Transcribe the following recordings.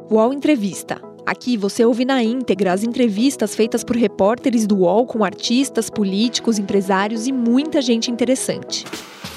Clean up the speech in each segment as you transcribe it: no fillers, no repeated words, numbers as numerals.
UOL Entrevista. Aqui você ouve na íntegra as entrevistas feitas por repórteres do UOL com artistas, políticos, empresários e muita gente interessante.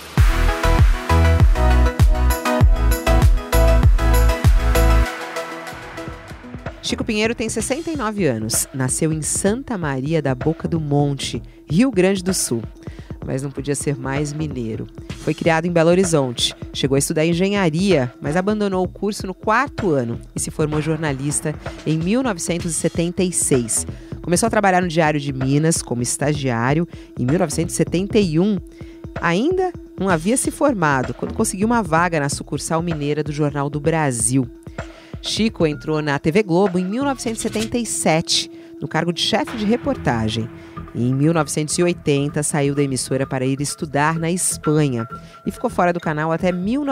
Chico Pinheiro tem 69 anos. Nasceu em Santa Maria da Boca do Monte, Rio Grande do Sul. Mas não podia ser mais mineiro. Foi criado em Belo Horizonte. Chegou a estudar engenharia, mas abandonou o curso no 4º ano e se formou jornalista em 1976. Começou a trabalhar no Diário de Minas como estagiário em 1971. Ainda não havia se formado quando conseguiu uma vaga na sucursal mineira do Jornal do Brasil. Chico entrou na TV Globo em 1977, no cargo de chefe de reportagem. Em 1980, saiu da emissora para ir estudar na Espanha e ficou fora do canal até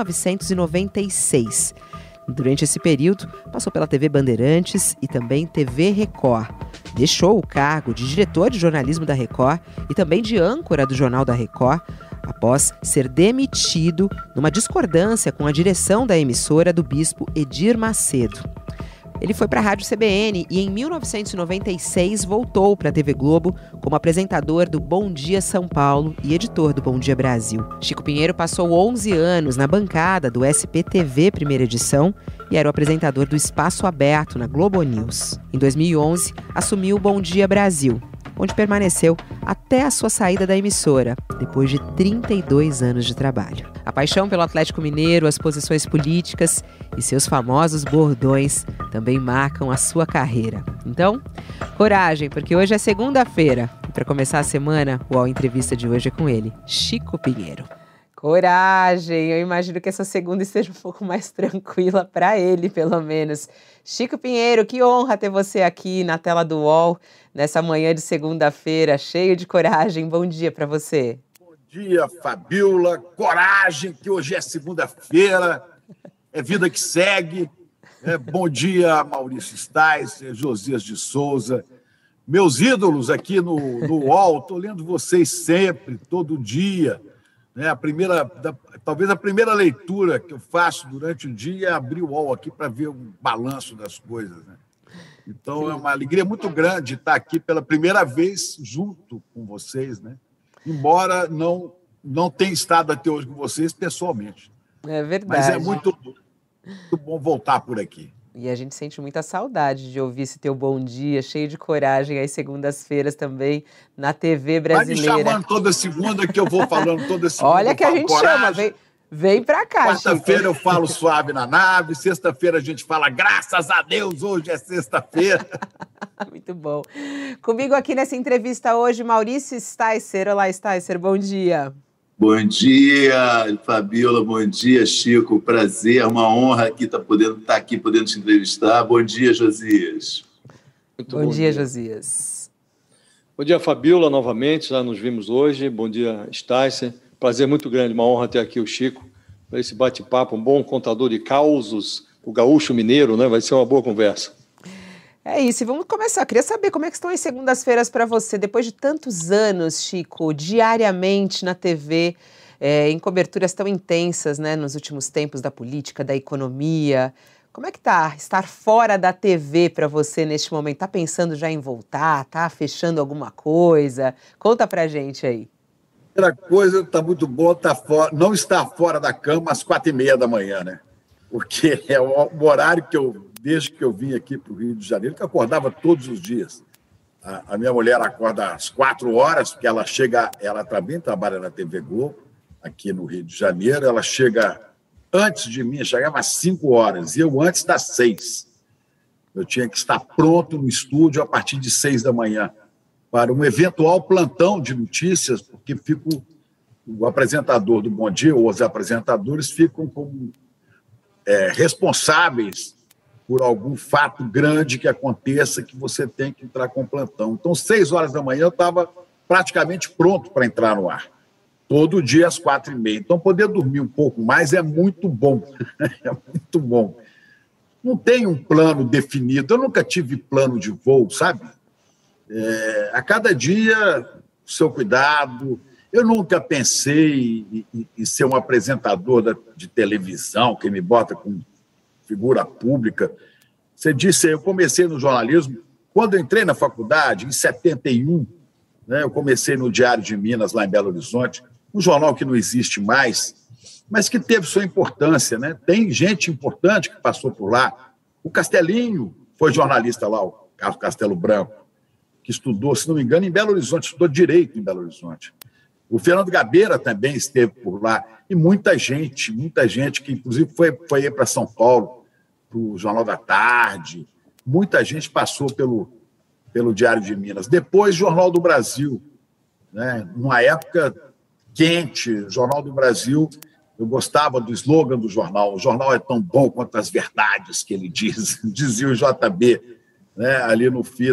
1996. Durante esse período, passou pela TV Bandeirantes e também TV Record. Deixou o cargo de diretor de jornalismo da Record e também de âncora do Jornal da Record, após ser demitido numa discordância com a direção da emissora do bispo Edir Macedo. Ele foi para a Rádio CBN e em 1996 voltou para a TV Globo como apresentador do Bom Dia São Paulo e editor do Bom Dia Brasil. Chico Pinheiro passou 11 anos na bancada do SPTV Primeira Edição e era o apresentador do Espaço Aberto na Globo News. Em 2011, assumiu o Bom Dia Brasil, onde permaneceu até a sua saída da emissora, depois de 32 anos de trabalho. A paixão pelo Atlético Mineiro, as posições políticas e seus famosos bordões também marcam a sua carreira. Então, coragem, porque hoje é segunda-feira. E para começar a semana, o UOL Entrevista de hoje é com ele, Chico Pinheiro. Coragem! Eu imagino que essa segunda esteja um pouco mais tranquila para ele, pelo menos. Chico Pinheiro, que honra ter você aqui na tela do UOL nessa manhã de segunda-feira, cheio de coragem. Bom dia para você. Bom dia, Fabiola. Coragem, que hoje é segunda-feira, é vida que segue. Bom dia, Maurício Stais, Josias de Souza. Meus ídolos aqui no UOL, estou lendo vocês sempre, todo dia. Talvez a primeira leitura que eu faço durante o dia é abrir o UOL aqui para ver um balanço das coisas, né? Então, sim, é uma alegria muito grande estar aqui pela primeira vez junto com vocês, né? Embora não tenha estado até hoje com vocês pessoalmente. É verdade. Mas é muito bom voltar por aqui. E a gente sente muita saudade de ouvir esse teu bom dia, cheio de coragem, às segundas-feiras também, na TV brasileira. Vai me chamando toda segunda, que eu vou falando toda segunda. Olha que a gente chama, vem pra cá, Quarta-feira eu falo suave na nave, sexta-feira a gente fala graças a Deus, hoje é sexta-feira. Muito bom. Comigo aqui nessa entrevista hoje, Maurício Sticer. Olá, Sticer, bom dia. Bom dia, Fabiola, bom dia, Chico, prazer, uma honra aqui estar aqui podendo te entrevistar. Bom dia, Josias. Bom dia, Josias. Bom dia, Fabiola, novamente, já nos vimos hoje. Bom dia, Sticer. Prazer muito grande, uma honra ter aqui o Chico para esse bate-papo, um bom contador de causos, o gaúcho mineiro, né? Vai ser uma boa conversa. É isso, e vamos começar. Eu queria saber como é que estão as segundas-feiras para você, depois de tantos anos, Chico, diariamente na TV, em coberturas tão intensas, né, nos últimos tempos da política, da economia. Como é que tá estar fora da TV para você neste momento? Tá pensando já em voltar? Tá fechando alguma coisa? Conta pra gente aí. Primeira coisa, tá muito bom não estar fora da cama às 4h30 da manhã, né? Porque é o horário que desde que eu vim aqui para o Rio de Janeiro, que eu acordava todos os dias. A minha mulher acorda às 4 horas, porque ela também trabalha na TV Globo, aqui no Rio de Janeiro, ela chega antes de mim, chegava às 5 horas, e eu antes das 6. Eu tinha que estar pronto no estúdio a partir de 6 da manhã, para um eventual plantão de notícias, porque o apresentador do Bom Dia, ou os apresentadores, ficam como responsáveis por algum fato grande que aconteça que você tem que entrar com plantão. Então, 6 horas da manhã eu estava praticamente pronto para entrar no ar. Todo dia às 4h30. Então, poder dormir um pouco mais é muito bom. É muito bom. Não tem um plano definido. Eu nunca tive plano de voo, sabe? A cada dia, o seu cuidado. Eu nunca pensei em ser um apresentador de televisão, que me bota com figura pública. Você disse, eu comecei no jornalismo, quando eu entrei na faculdade, em 71, né, eu comecei no Diário de Minas, lá em Belo Horizonte, um jornal que não existe mais, mas que teve sua importância, né? Tem gente importante que passou por lá. O Castelinho foi jornalista lá, o Carlos Castelo Branco, que estudou, se não me engano, em Belo Horizonte, estudou Direito em Belo Horizonte. O Fernando Gabeira também esteve por lá. E muita gente que, inclusive, foi para São Paulo, para o Jornal da Tarde. Muita gente passou pelo Diário de Minas. Depois, Jornal do Brasil, né? Numa época quente, Jornal do Brasil, eu gostava do slogan do jornal. O jornal é tão bom quanto as verdades que ele diz, dizia o JB, né? Ali no fim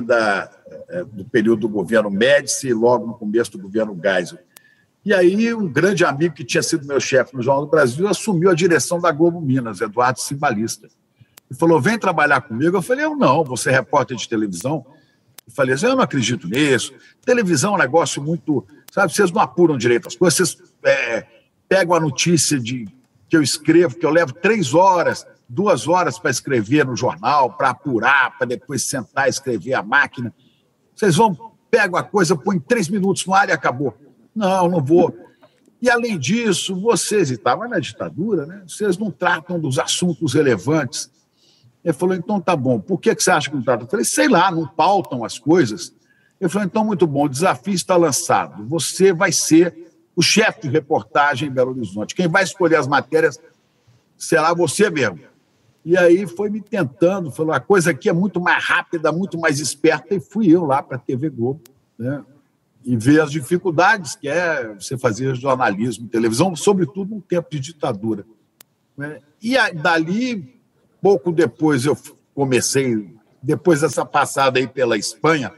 do período do governo Médici e logo no começo do governo Geisel. E aí, um grande amigo que tinha sido meu chefe no Jornal do Brasil assumiu a direção da Globo Minas, Eduardo Simbalista. E falou, vem trabalhar comigo. Eu falei, eu não, vou ser repórter de televisão. Eu falei assim, eu não acredito nisso. Televisão é um negócio muito... Sabe, vocês não apuram direito as coisas. Vocês pegam a notícia que eu escrevo, que eu levo 3 horas, 2 horas para escrever no jornal, para apurar, para depois sentar e escrever a máquina. Vocês pegam a coisa, põem 3 minutos no ar e acabou. Não vou. E, além disso, vocês, e estava na ditadura, né? Vocês não tratam dos assuntos relevantes. Ele falou, então tá bom, por que você acha que não tratam? Eu falei, sei lá, não pautam as coisas. Ele falou, então muito bom, o desafio está lançado. Você vai ser o chefe de reportagem em Belo Horizonte. Quem vai escolher as matérias será você mesmo. E aí foi me tentando, falou, a coisa aqui é muito mais rápida, muito mais esperta, e fui eu lá para a TV Globo, né? E ver as dificuldades que é você fazer jornalismo, televisão, sobretudo no tempo de ditadura, né? E dali, pouco depois, eu comecei, depois dessa passada aí pela Espanha,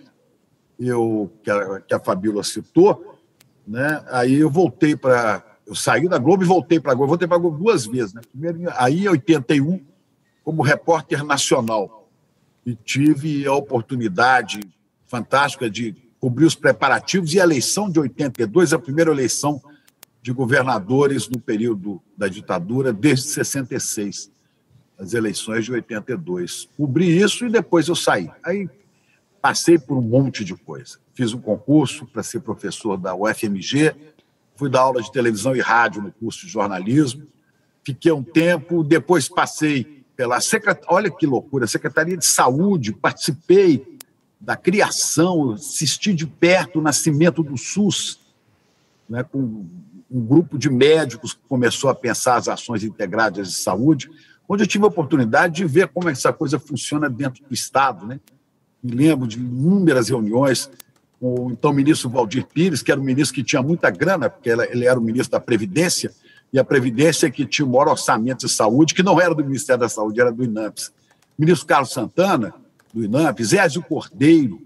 que a Fabíola citou, né? Aí eu saí da Globo e voltei para a Globo. Voltei para a Globo 2 vezes, né? Primeiro, aí em 81, como repórter nacional. E tive a oportunidade fantástica de cobrir os preparativos e a eleição de 82, a primeira eleição de governadores no período da ditadura, desde 66, as eleições de 82. Cobri isso e depois eu saí. Aí passei por um monte de coisa. Fiz um concurso para ser professor da UFMG, fui dar aula de televisão e rádio no curso de jornalismo, fiquei um tempo, depois passei pela olha que loucura, Secretaria de Saúde, participei da criação, assisti de perto o nascimento do SUS, né, com um grupo de médicos que começou a pensar as ações integradas de saúde, onde eu tive a oportunidade de ver como essa coisa funciona dentro do Estado, né? Me lembro de inúmeras reuniões com o então ministro Valdir Pires, que era um ministro que tinha muita grana, porque ele era o ministro da Previdência, e a Previdência que tinha o maior orçamento de saúde, que não era do Ministério da Saúde, era do INAMPS. O ministro Carlos Santana, do INAMPS, Ézio Cordeiro,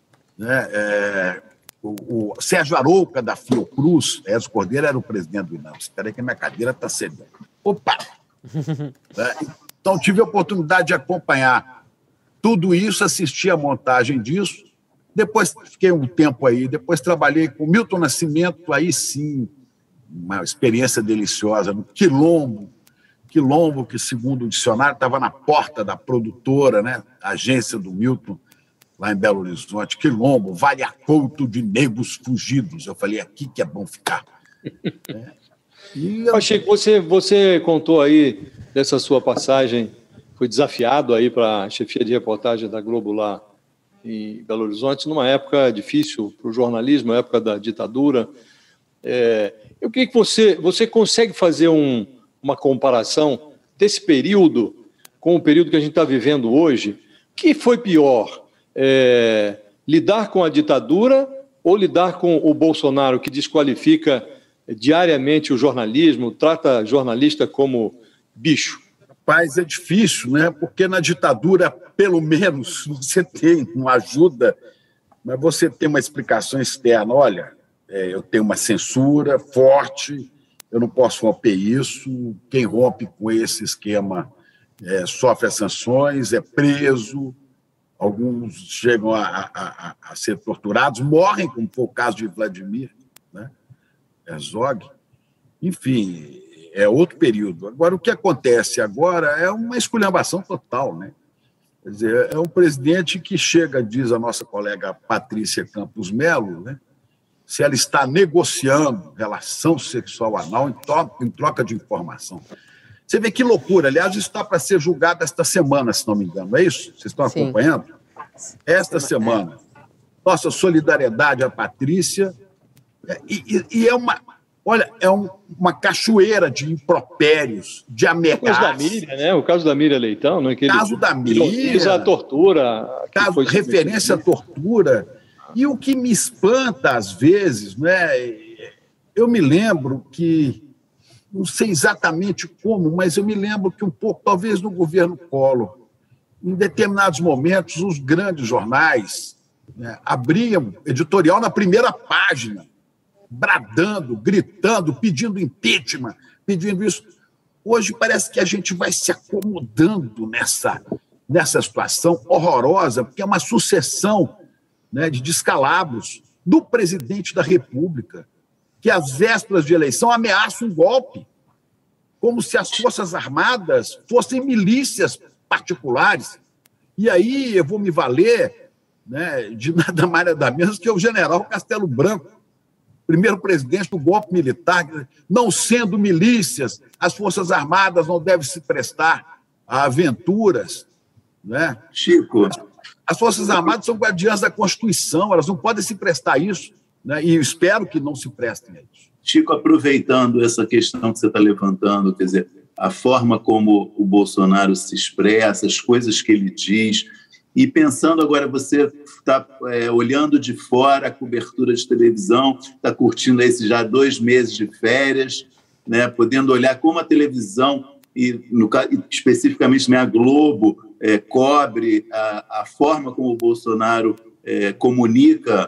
né, o Sérgio Arouca, da Fiocruz. Ézio Cordeiro era o presidente do INAMPS. Espera aí que a minha cadeira está cedendo. Opa! Então, tive a oportunidade de acompanhar tudo isso, assisti a montagem disso. Depois fiquei um tempo aí, depois trabalhei com Milton Nascimento, aí sim, uma experiência deliciosa, no Quilombo, que, segundo o dicionário, estava na porta da produtora, né, a agência do Milton, lá em Belo Horizonte. Quilombo, Vale Acouto de negros fugidos. Eu falei, aqui que é bom ficar. Pacheco, você contou aí dessa sua passagem, foi desafiado aí para a chefia de reportagem da Globo lá em Belo Horizonte, numa época difícil para o jornalismo, a época da ditadura. Eu queria que você consegue fazer uma comparação desse período com o período que a gente está vivendo hoje. O que foi pior? Lidar com a ditadura ou lidar com o Bolsonaro, que desqualifica diariamente o jornalismo, trata jornalista como bicho? Rapaz, é difícil, né? Porque na ditadura, pelo menos, você tem uma ajuda, mas você tem uma explicação externa. Olha, eu tenho uma censura forte, eu não posso romper isso, quem rompe com esse esquema sofre as sanções, é preso, alguns chegam a ser torturados, morrem, como foi o caso de Vladimir, né? Herzog. Enfim, é outro período. Agora, o que acontece agora é uma esculhambação total, né? Quer dizer, é um presidente que chega, diz a nossa colega Patrícia Campos Melo, né, se ela está negociando relação sexual anal em troca de informação. Você vê que loucura. Aliás, isso está para ser julgado esta semana, se não me engano. É isso? Vocês estão acompanhando? Esta semana. Nossa solidariedade à Patrícia. E é uma... Olha, é uma cachoeira de impropérios, de ameaças. O caso da Miriam, né? O caso da Miriam Leitão, né? Que caso da Miriam. A tortura. Referência à tortura. E o que me espanta, às vezes, né? Eu me lembro que, não sei exatamente como, mas eu me lembro que um pouco, talvez no governo Collor, em determinados momentos, os grandes jornais, né, abriam editorial na primeira página, bradando, gritando, pedindo impeachment, pedindo isso. Hoje parece que a gente vai se acomodando nessa situação horrorosa, porque é uma sucessão, né, de descalabros do presidente da República, que às vésperas de eleição ameaça um golpe, como se as Forças Armadas fossem milícias particulares. E aí eu vou me valer, né, de nada mais nada menos que o general Castelo Branco, primeiro presidente do golpe militar. Não sendo milícias, as Forças Armadas não devem se prestar a aventuras, né? Chico, as Forças Armadas são guardiãs da Constituição, elas não podem se prestar a isso, né? E eu espero que não se prestem a isso. Chico, aproveitando essa questão que você está levantando, quer dizer, a forma como o Bolsonaro se expressa, as coisas que ele diz, e pensando agora, você está olhando de fora a cobertura de televisão, está curtindo esses já 2 meses de férias, né, podendo olhar como a televisão, especificamente, né, a Globo, cobre a forma como o Bolsonaro comunica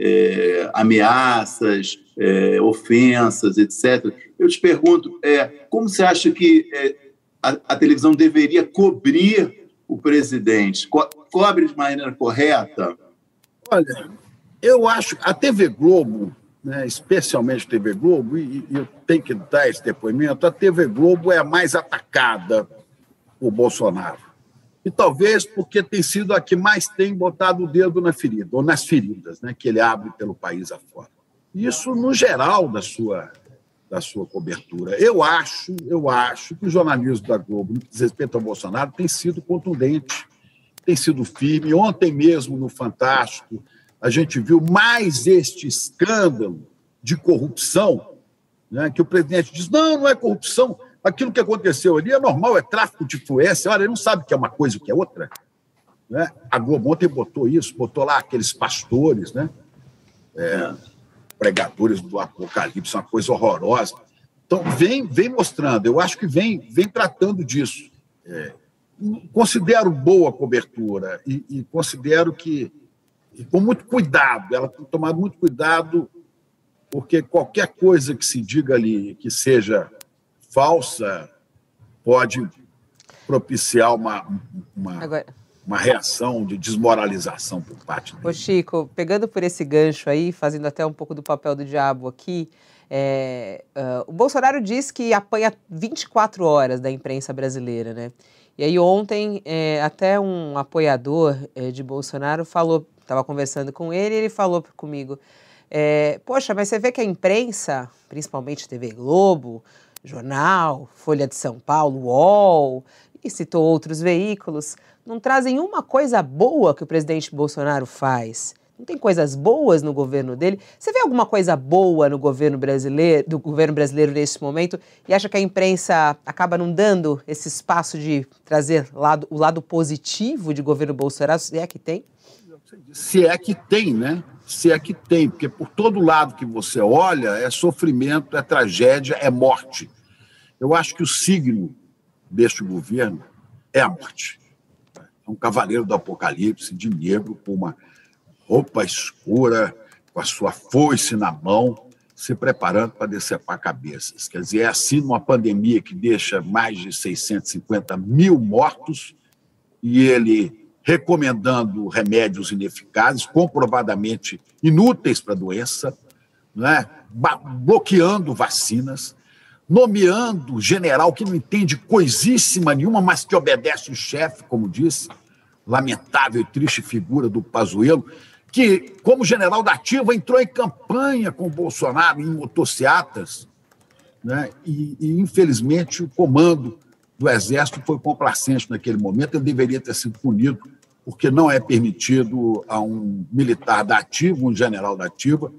ameaças, ofensas, etc. Eu te pergunto, como você acha que a televisão deveria cobrir o presidente? Cobre de maneira correta? Olha, eu acho que a TV Globo, né, especialmente a TV Globo, e eu tenho que dar esse depoimento, a TV Globo é a mais atacada por Bolsonaro. E talvez porque tem sido a que mais tem botado o dedo na ferida, ou nas feridas, né, que ele abre pelo país afora. Isso no geral da sua cobertura. Eu acho que o jornalismo da Globo, no que diz respeito ao Bolsonaro, tem sido contundente, tem sido firme. Ontem mesmo, no Fantástico, a gente viu mais este escândalo de corrupção, né, que o presidente diz, não é corrupção, aquilo que aconteceu ali é normal, é tráfico de influência. Olha, ele não sabe o que é uma coisa e o que é outra. Né? A Globo ontem botou lá aqueles pastores, né? Pregadores do Apocalipse, uma coisa horrorosa. Então, vem mostrando, eu acho que vem tratando disso. Considero boa a cobertura e considero que, com muito cuidado, ela tem tomado muito cuidado, porque qualquer coisa que se diga ali que seja falsa pode propiciar uma reação de desmoralização por parte dele. Ô Chico, pegando por esse gancho aí, fazendo até um pouco do papel do diabo aqui, o Bolsonaro diz que apanha 24 horas da imprensa brasileira, né? E aí ontem até um apoiador de Bolsonaro estava conversando com ele e ele falou comigo, poxa, mas você vê que a imprensa, principalmente TV Globo, Jornal, Folha de São Paulo, UOL, e citou outros veículos, não trazem uma coisa boa que o presidente Bolsonaro faz. Não tem coisas boas no governo dele. Você vê alguma coisa boa no governo brasileiro nesse momento e acha que a imprensa acaba não dando esse espaço de trazer o lado positivo de governo Bolsonaro, se é que tem? Se é que tem, né? Se é que tem, porque por todo lado que você olha é sofrimento, é tragédia, é morte. Eu acho que o signo deste governo é a morte. É um cavaleiro do Apocalipse, de negro, com uma roupa escura, com a sua foice na mão, se preparando para decepar cabeças. Quer dizer, é assim numa pandemia que deixa mais de 650 mil mortos e ele recomendando remédios ineficazes, comprovadamente inúteis para a doença, né? Bloqueando vacinas, nomeando general que não entende coisíssima nenhuma, mas que obedece o chefe, como disse, lamentável e triste figura do Pazuello, que, como general da ativa, entrou em campanha com o Bolsonaro em motocicletas, né? E, infelizmente, o comando do Exército foi complacente naquele momento. Ele deveria ter sido punido, porque não é permitido a um militar da ativa, um general da ativa,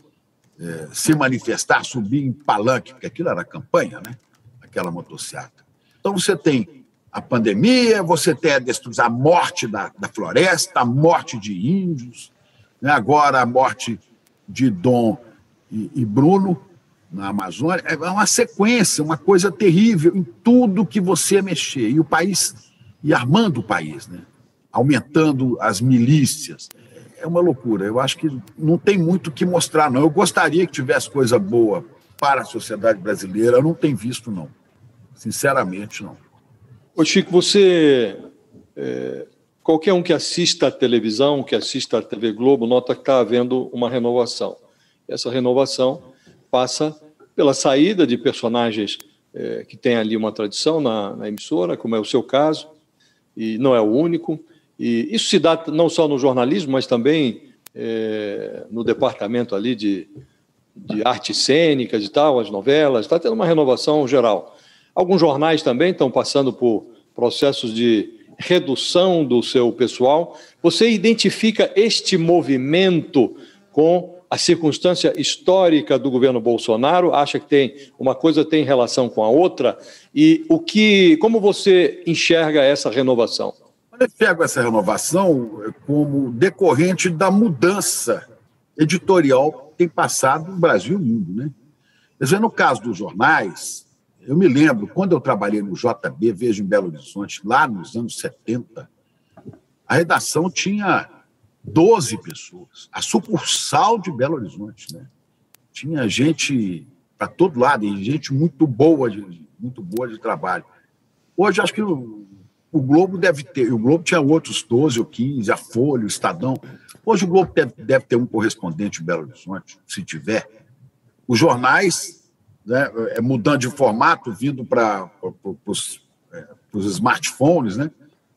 se manifestar, subir em palanque, porque aquilo era campanha, né? Aquela motocicleta. Então, você tem a pandemia, você tem a morte da floresta, a morte de índios, né? Agora a morte de Dom e Bruno na Amazônia. É uma sequência, uma coisa terrível em tudo que você mexer. E o país, e armando o país, né? Aumentando as milícias. É uma loucura. Eu acho que não tem muito o que mostrar, não. Eu gostaria que tivesse coisa boa para a sociedade brasileira. Eu não tenho visto, não. Sinceramente, não. Ô Chico, você... qualquer um que assista à televisão, que assista à TV Globo, nota que está havendo uma renovação. Essa renovação passa pela saída de personagens que têm ali uma tradição na emissora, como é o seu caso, e não é o único. E isso se dá não só no jornalismo, mas também no departamento ali de artes cênicas e tal, as novelas. Está tendo uma renovação geral. Alguns jornais também estão passando por processos de redução do seu pessoal. Você identifica este movimento com a circunstância histórica do governo Bolsonaro? Acha que uma coisa tem relação com a outra? E como você enxerga essa renovação? Eu pego essa renovação como decorrente da mudança editorial que tem passado no Brasil e no mundo, né? Quer dizer, no caso dos jornais, eu me lembro, quando eu trabalhei no JB, Veja em Belo Horizonte, lá nos anos 70, a redação tinha 12 pessoas, a sucursal de Belo Horizonte, né? Tinha gente para todo lado, e gente muito boa de trabalho. Hoje, acho que o Globo deve ter, o Globo tinha outros 12 ou 15, a Folha, o Estadão. Hoje o Globo deve ter um correspondente em Belo Horizonte, se tiver. Os jornais, né, mudando de formato, vindo para os smartphones, né?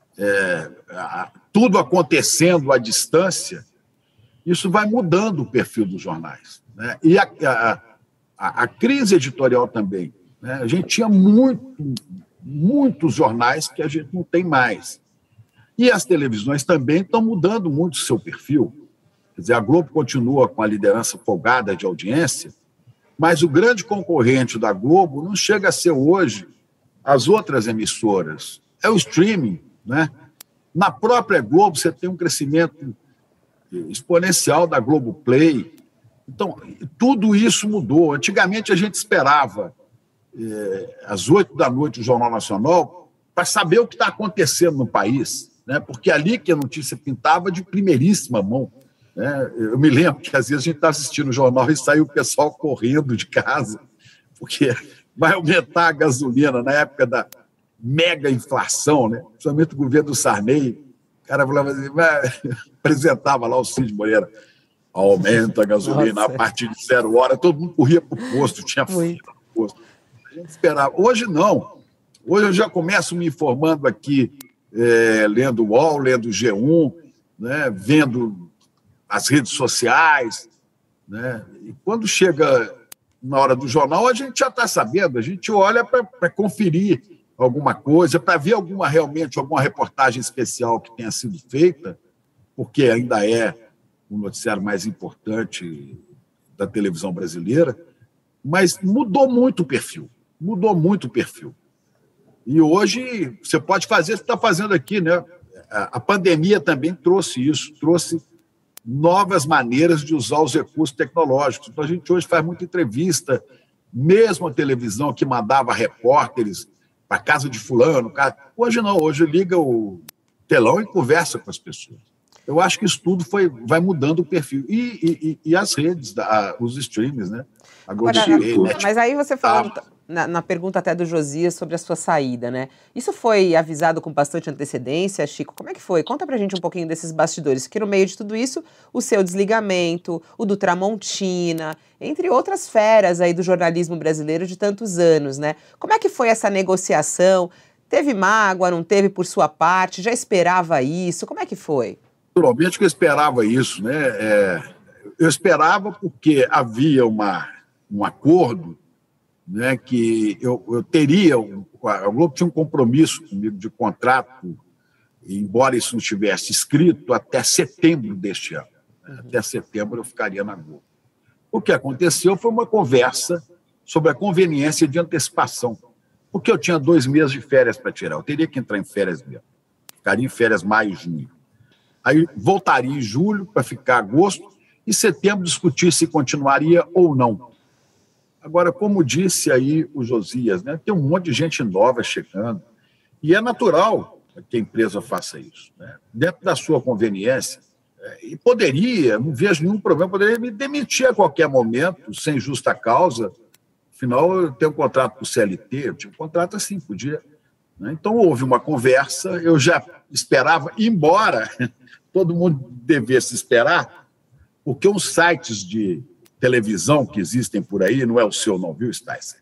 Tudo acontecendo à distância, isso vai mudando o perfil dos jornais, né? E a crise editorial também, né? A gente tinha muitos jornais que a gente não tem mais. E as televisões também estão mudando muito o seu perfil. Quer dizer, a Globo continua com a liderança folgada de audiência, mas o grande concorrente da Globo não chega a ser hoje as outras emissoras. É o streaming, né? Na própria Globo você tem um crescimento exponencial da Globoplay. Então, tudo isso mudou. Antigamente a gente esperava às 8 da noite o Jornal Nacional para saber o que está acontecendo no país, né? Porque ali que a notícia pintava de primeiríssima mão, né? Eu me lembro que às vezes a gente está assistindo o jornal e saiu o pessoal correndo de casa, porque vai aumentar a gasolina na época da mega inflação, né? Principalmente o governo do Sarney. O cara falava assim, apresentava lá o Cid Moreira, aumenta a gasolina. Nossa. A partir de 0 hora, todo mundo corria para o posto, tinha fila no posto. A gente esperava. Hoje não. Hoje eu já começo me informando aqui, lendo o UOL, lendo o G1, né, vendo as redes sociais, né? E quando chega na hora do jornal, a gente já está sabendo, a gente olha para conferir alguma coisa, para ver realmente alguma reportagem especial que tenha sido feita, porque ainda é o noticiário mais importante da televisão brasileira, mas mudou muito o perfil. E hoje você pode fazer o que está fazendo aqui, né? A pandemia também trouxe isso, trouxe novas maneiras de usar os recursos tecnológicos. Então, a gente hoje faz muita entrevista, mesmo a televisão que mandava repórteres para casa de fulano. Hoje não, hoje liga o telão e conversa com as pessoas. Eu acho que isso tudo vai mudando o perfil. E as redes, os streams, né? Agora, mas aí você falando na pergunta até do Josias sobre a sua saída, né? Isso foi avisado com bastante antecedência, Chico? Como é que foi? Conta pra gente um pouquinho desses bastidores, que no meio de tudo isso, o seu desligamento, o do Tramontina, entre outras feras aí do jornalismo brasileiro de tantos anos, né? Como é que foi essa negociação? Teve mágoa, não teve por sua parte? Já esperava isso? Como é que foi? Naturalmente que eu esperava isso, né? Eu esperava porque havia um acordo, né, que eu teria... A Globo tinha um compromisso comigo de contrato, embora isso não estivesse escrito, até setembro deste ano. Até setembro eu ficaria na Globo. O que aconteceu foi uma conversa sobre a conveniência de antecipação, porque eu tinha 2 meses de férias para tirar, eu teria que entrar em férias mesmo. Ficaria em férias maio e junho. Aí voltaria em julho para ficar agosto e setembro discutir se continuaria ou não. Agora, como disse aí o Josias, né, tem um monte de gente nova chegando e é natural que a empresa faça isso, né, dentro da sua conveniência. E poderia, não vejo nenhum problema, poderia me demitir a qualquer momento, sem justa causa. Afinal, eu tenho um contrato com o CLT, eu tinha um contrato assim, podia. Né? Então, houve uma conversa, eu já esperava, embora todo mundo devesse esperar, porque os sites de televisão que existem por aí, não é o seu não, viu, Sticer?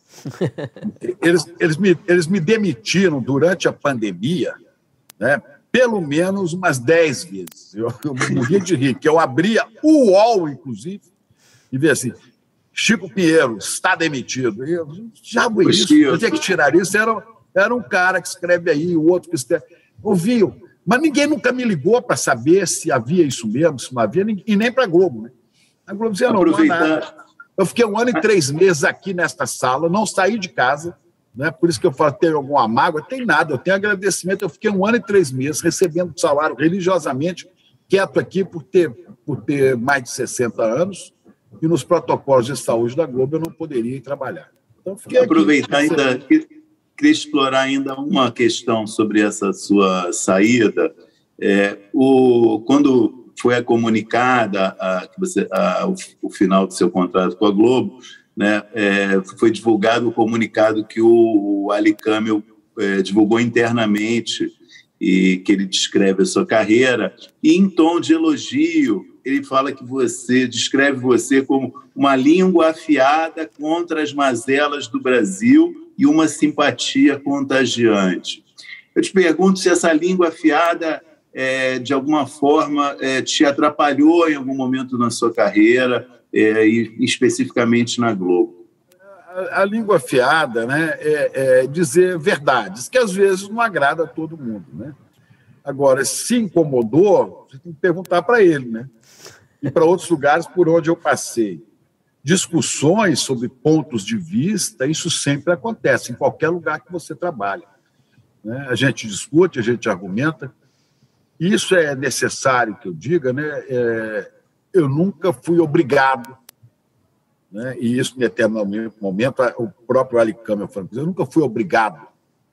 Eles me demitiram durante a pandemia, né? Pelo menos umas 10 vezes. Eu morria de rir, que eu abria o UOL, inclusive, e via assim, Chico Pinheiro está demitido. E eu, já foi isso, eu tinha que tirar isso. Era um cara que escreve aí, o outro que escreve. Ouviu, mas ninguém nunca me ligou para saber se havia isso mesmo, se não havia, e nem para a Globo. Né? A Globo dizia, não há nada. Eu fiquei 1 ano e 3 meses aqui nesta sala, não saí de casa. Né? Por isso que eu falo, tem alguma mágoa? Tem nada, eu tenho agradecimento. Eu fiquei 1 ano e 3 meses recebendo salário religiosamente, quieto aqui por ter mais de 60 anos, e nos protocolos de saúde da Globo eu não poderia ir trabalhar. Então, aproveitar ainda, queria explorar ainda uma questão sobre essa sua saída. Quando foi comunicada o final do seu contrato com a Globo, né, foi divulgado o comunicado que o Ali Kamel divulgou internamente e que ele descreve a sua carreira, e em tom de elogio ele fala que descreve você como uma língua afiada contra as mazelas do Brasil e uma simpatia contagiante. Eu te pergunto se essa língua afiada de alguma forma te atrapalhou em algum momento na sua carreira, e especificamente na Globo. A língua afiada, né, é dizer verdades, que às vezes não agrada a todo mundo. Né? Agora, se incomodou, você tem que perguntar para ele, né? E para outros lugares por onde eu passei. Discussões sobre pontos de vista, isso sempre acontece, em qualquer lugar que você trabalha. Né? A gente discute, a gente argumenta. Isso é necessário que eu diga, né? Eu nunca fui obrigado, né? E isso, em determinado momento, o próprio Ali Kamel falou, eu nunca fui obrigado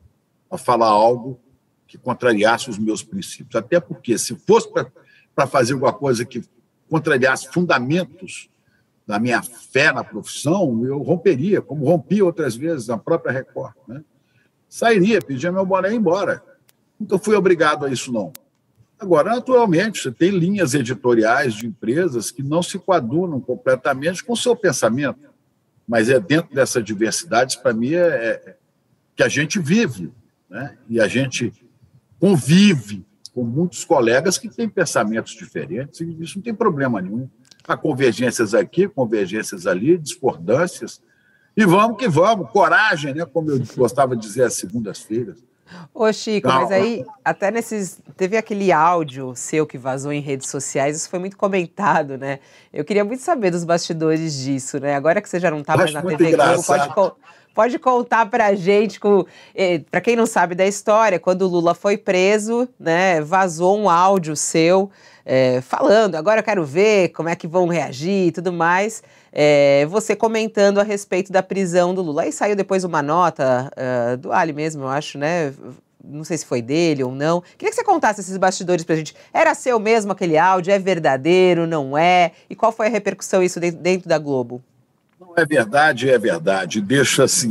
a falar algo que contrariasse os meus princípios. Até porque, se fosse para fazer alguma coisa que contrariasse fundamentos da minha fé na profissão, eu romperia, como rompi outras vezes na própria Record. Né? Sairia, pedia meu boné e ia embora. Nunca fui obrigado a isso, não. Agora, naturalmente, você tem linhas editoriais de empresas que não se coadunam completamente com o seu pensamento, mas dentro dessa diversidade, para mim, que a gente vive, né? E a gente convive com muitos colegas que têm pensamentos diferentes, e isso não tem problema nenhum. Há convergências aqui, convergências ali, discordâncias, e vamos que vamos, coragem, né? Como eu gostava de dizer às segundas-feiras. Ô, Chico, mas aí, até teve aquele áudio seu que vazou em redes sociais, isso foi muito comentado, né? Eu queria muito saber dos bastidores disso, né? Agora que você já não está mais na TV Globo, pode contar pra gente, para quem não sabe da história, quando o Lula foi preso, né, vazou um áudio seu falando, agora eu quero ver como é que vão reagir e tudo mais, você comentando a respeito da prisão do Lula. Aí saiu depois uma nota do Ali mesmo, eu acho, né? Não sei se foi dele ou não. Queria que você contasse esses bastidores pra gente. Era seu mesmo aquele áudio? É verdadeiro? Não é? E qual foi a repercussão isso dentro da Globo? Não é verdade, é verdade. Deixa assim.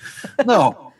Não,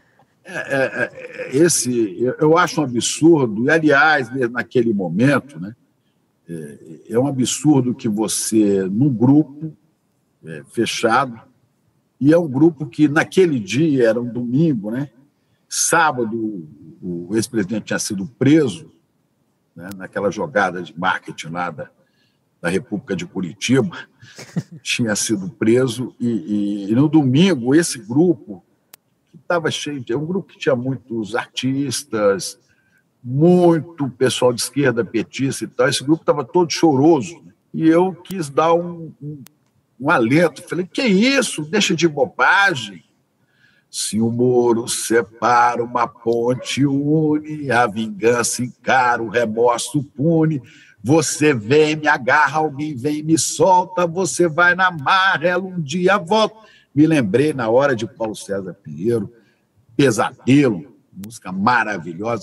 eu acho um absurdo, e aliás, naquele momento, né, é um absurdo que você, num grupo fechado, e é um grupo que naquele dia, era um domingo, né, sábado, o ex-presidente tinha sido preso, né, naquela jogada de marketing lá da República de Curitiba, tinha sido preso, e no domingo esse grupo, que estava cheio, um grupo que tinha muitos artistas, muito pessoal de esquerda, petista e tal, esse grupo estava todo choroso, né? E eu quis dar um alento, falei, que isso, deixa de bobagem. Se o muro separa, uma ponte une, a vingança encara, o remorso pune, você vem, me agarra, alguém vem, me solta, você vai na marra, ela um dia volta. Me lembrei na hora de Paulo César Pinheiro, Pesadelo, música maravilhosa,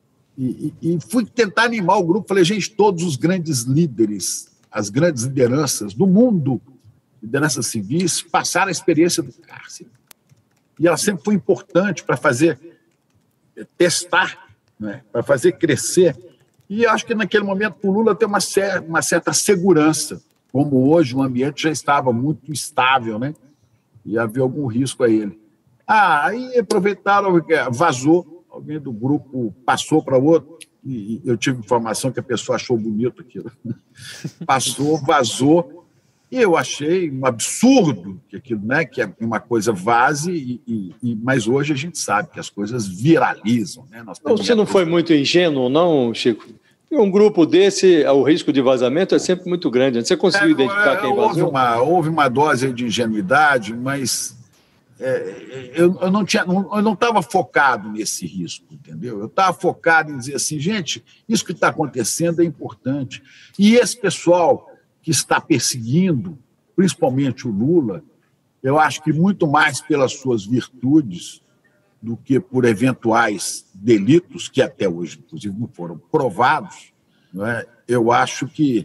e fui tentar animar o grupo, falei, gente, todos os grandes líderes, as grandes lideranças do mundo, lideranças civis, passaram a experiência do cárcere. E ela sempre foi importante para fazer testar, né, para fazer crescer. E acho que naquele momento o Lula tem uma certa segurança, como hoje o ambiente já estava muito estável, né, e havia algum risco a ele. Aí aproveitaram, vazou, alguém do grupo passou para outro, e eu tive informação que a pessoa achou bonito aquilo. Passou, vazou, e eu achei um absurdo que aquilo, né, que é uma coisa vaze, mas hoje a gente sabe que as coisas viralizam. Né? Você não foi muito ingênuo, não, Chico? Um grupo desse, o risco de vazamento é sempre muito grande. Você conseguiu identificar quem vazou? Houve uma dose de ingenuidade, mas eu não estava focado nesse risco, entendeu? Eu estava focado em dizer assim, gente, isso que está acontecendo é importante. E esse pessoal que está perseguindo, principalmente o Lula, eu acho que muito mais pelas suas virtudes do que por eventuais delitos, que até hoje, inclusive, não foram provados, não é? Eu acho que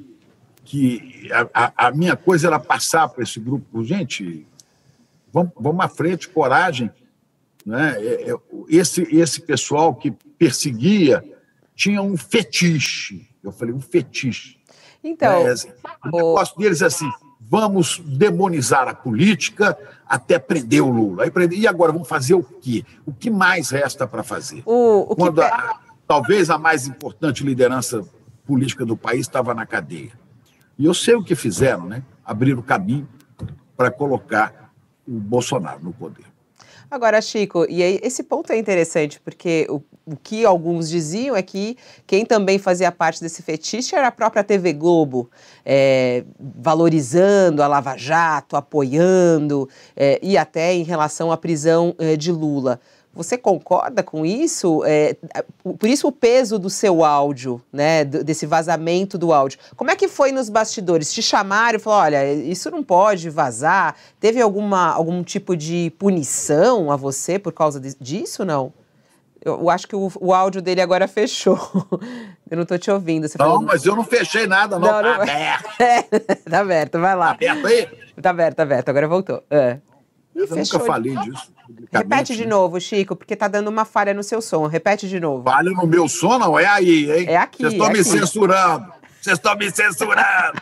a minha coisa era passar para esse grupo, gente, vamos à frente, coragem. Né? Esse pessoal que perseguia tinha um fetiche, eu falei, um fetiche. Então, o negócio deles é assim, vamos demonizar a política até prender o Lula. E agora, vamos fazer o quê? O que mais resta para fazer? Talvez a mais importante liderança política do país estava na cadeia. E eu sei o que fizeram, né? Abriram o caminho para colocar o Bolsonaro no poder. Agora, Chico, e aí esse ponto é interessante, porque o que alguns diziam é que quem também fazia parte desse fetiche era a própria TV Globo, valorizando a Lava Jato, apoiando, e até em relação à prisão de Lula. Você concorda com isso? Por isso o peso do seu áudio, né, desse vazamento do áudio. Como é que foi nos bastidores? Te chamaram e falaram, olha, isso não pode vazar? Teve algum tipo de punição a você por causa disso, não? Eu acho que o áudio dele agora fechou. Eu não estou te ouvindo. Você falou... mas eu não fechei nada, não. Tá aberto. Tá aberto, vai lá. Tá aberto aí? Tá aberto, agora voltou. Eu nunca falei disso. Repete de novo, Chico, porque tá dando uma falha no seu som. Repete de novo. Falha no meu som, não? É aí, hein? É aqui. Vocês estão me censurando. Vocês estão me censurando.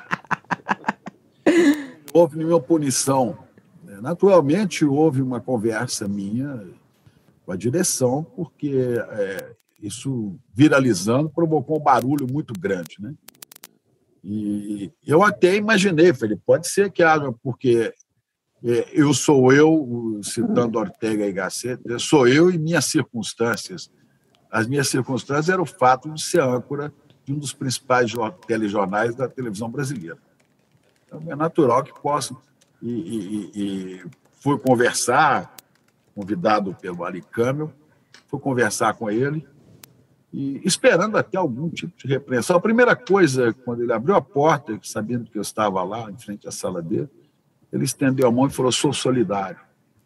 Houve nenhuma punição. Naturalmente, houve uma conversa minha com a direção, porque isso, viralizando, provocou um barulho muito grande, né? E eu até imaginei, falei, pode ser que haja, porque... sou eu, citando Ortega y Gasset, sou eu e minhas circunstâncias. As minhas circunstâncias eram o fato de ser âncora de um dos principais telejornais da televisão brasileira. Então, é natural que possa. E fui conversar, convidado pelo Ali Câmara, fui conversar com ele, e esperando até algum tipo de repreensão. A primeira coisa, quando ele abriu a porta, sabendo que eu estava lá, em frente à sala dele, ele estendeu a mão e falou, sou solidário.